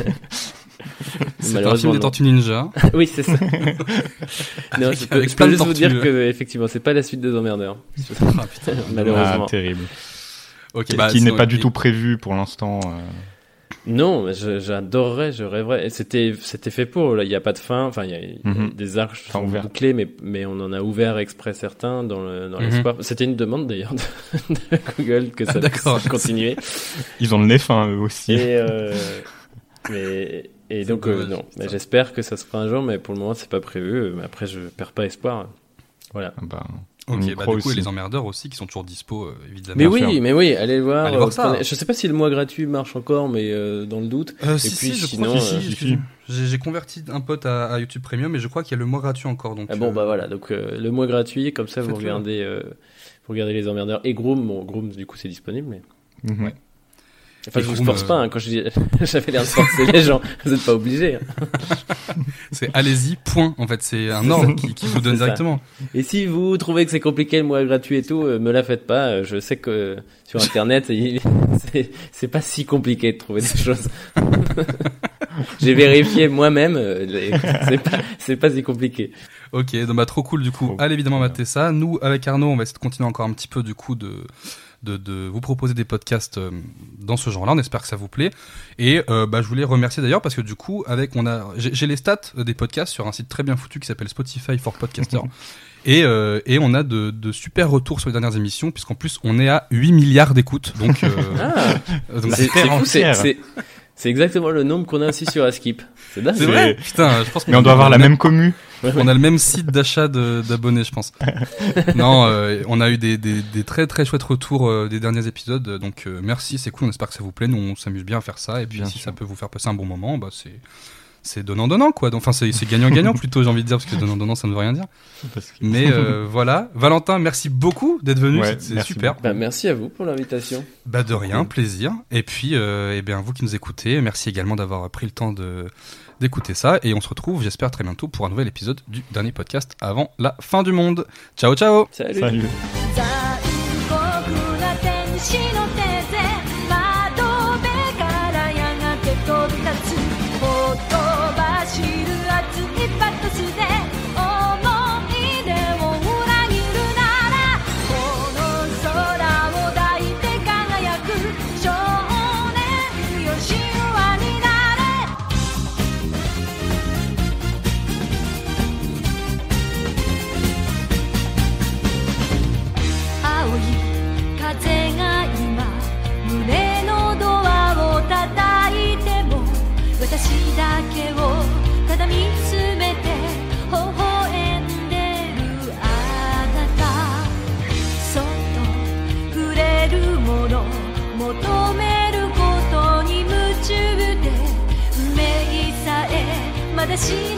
C'est un Malheureusement, film des non. Tortues Ninja. Oui, c'est ça. non, je peux, avec je plein peux de juste vous dire tortues. que effectivement, c'est pas la suite des emmerdeurs. Ah, putain. Malheureusement. Ah, terrible. Ok, Qui, bah, qui n'est sinon, pas et- du tout prévu pour l'instant. euh. Non, mais je, j'adorerais, je rêverais. Et c'était, c'était fait pour. Là, il n'y a pas de fin. Enfin, il y a, y a Mhm. des arches Enfin, sont ouvert. bouclées, mais mais on en a ouvert exprès certains dans le dans Mhm. l'espoir. C'était une demande d'ailleurs de, de Google que ça Ah, d'accord. puisse continuer. Ils ont le nez fin, eux aussi. Et euh, mais et donc euh, dommage, non. putain. Mais j'espère que ça se fera un jour, mais pour le moment c'est pas prévu. Mais après, je perds pas espoir. Voilà. Ah bah, on Ok, y bah croit du coup, et aussi. les emmerdeurs aussi qui sont toujours dispo, euh, évidemment. Mais Bien oui, sûr. mais oui, allez voir. Allez voir euh, ça. prenez- Je sais pas si le mois gratuit marche encore, mais euh, dans le doute. Euh, Et si, puis si, je sinon, crois que euh, si, si, j'ai- si. j'ai, j'ai converti un pote à, à YouTube Premium et je crois qu'il y a le mois gratuit encore. Donc, Ah bon, euh, bah voilà, donc euh, le mois gratuit, comme ça vous Faites-le. regardez, euh, vous regardez les emmerdeurs et Groom. Bon, Groom, du coup, c'est disponible, mais. Mhm. Ouais. Enfin, Et je vous Groom, force euh, pas, hein, quand je dis, j'avais l'air de forcer les gens, vous êtes pas obligés. hein. c'est allez-y, point. En fait, c'est un ordre qui, qui vous donne C'est ça. directement. Et si vous trouvez que c'est compliqué le mois gratuit et tout, euh, me la faites pas. euh, Je sais que euh, sur internet, il- c'est, c'est pas si compliqué de trouver des choses. J'ai vérifié moi-même, euh, les- c'est pas, c'est pas si compliqué. Ok, donc bah trop cool du coup. Oh, Allez évidemment bien. mater ça. Nous avec Arnaud, on va essayer de continuer encore un petit peu du coup de de, de vous proposer des podcasts euh, dans ce genre-là. On espère que ça vous plaît. Et euh, bah je voulais remercier d'ailleurs parce que du coup avec on a j'ai, j'ai les stats des podcasts sur un site très bien foutu qui s'appelle Spotify for Podcasters. Et, euh, et on a de, de super retours sur les dernières émissions puisqu'en plus on est à huit milliards d'écoutes. Donc, euh, Ah, donc c'est, c'est, c'est fou, c'est, entière. c'est, c'est exactement le nombre qu'on a aussi sur Askip. C'est dingue. c'est vrai. Putain, je pense qu'on Mais on doit avoir la même commu. On a le même site d'achat de, d'abonnés, je pense. Non, euh, on a eu des, des, des très très chouettes retours euh, des derniers épisodes, donc euh, merci, c'est cool, on espère que ça vous plaît, nous on s'amuse bien à faire ça, et puis Bien si sûr. ça peut vous faire passer un bon moment, bah c'est c'est donnant-donnant quoi, Donc, enfin c'est, c'est gagnant-gagnant plutôt, j'ai envie de dire, parce que donnant-donnant ça ne veut rien dire. Parce que- Mais euh, voilà, Valentin, merci beaucoup d'être venu, Ouais, c'est, c'est merci super. beaucoup. Bah, merci à vous pour l'invitation. Bah de rien, plaisir. Et puis, euh, eh bien vous qui nous écoutez, merci également d'avoir pris le temps de d'écouter ça, et on se retrouve, j'espère très bientôt pour un nouvel épisode du dernier podcast avant la fin du monde. Ciao ciao. Salut. Salut. 残酷な天使の手で窓辺からやがて飛び立つほとばしる熱いパトスで思い出を裏切るならこの空を抱いて輝く少年よ神話になれ青い風が今胸のドアを叩いても私だけをただ見つめて微笑んでるあなたそっと触れるもの求めることに夢中で運命さえまだ知ら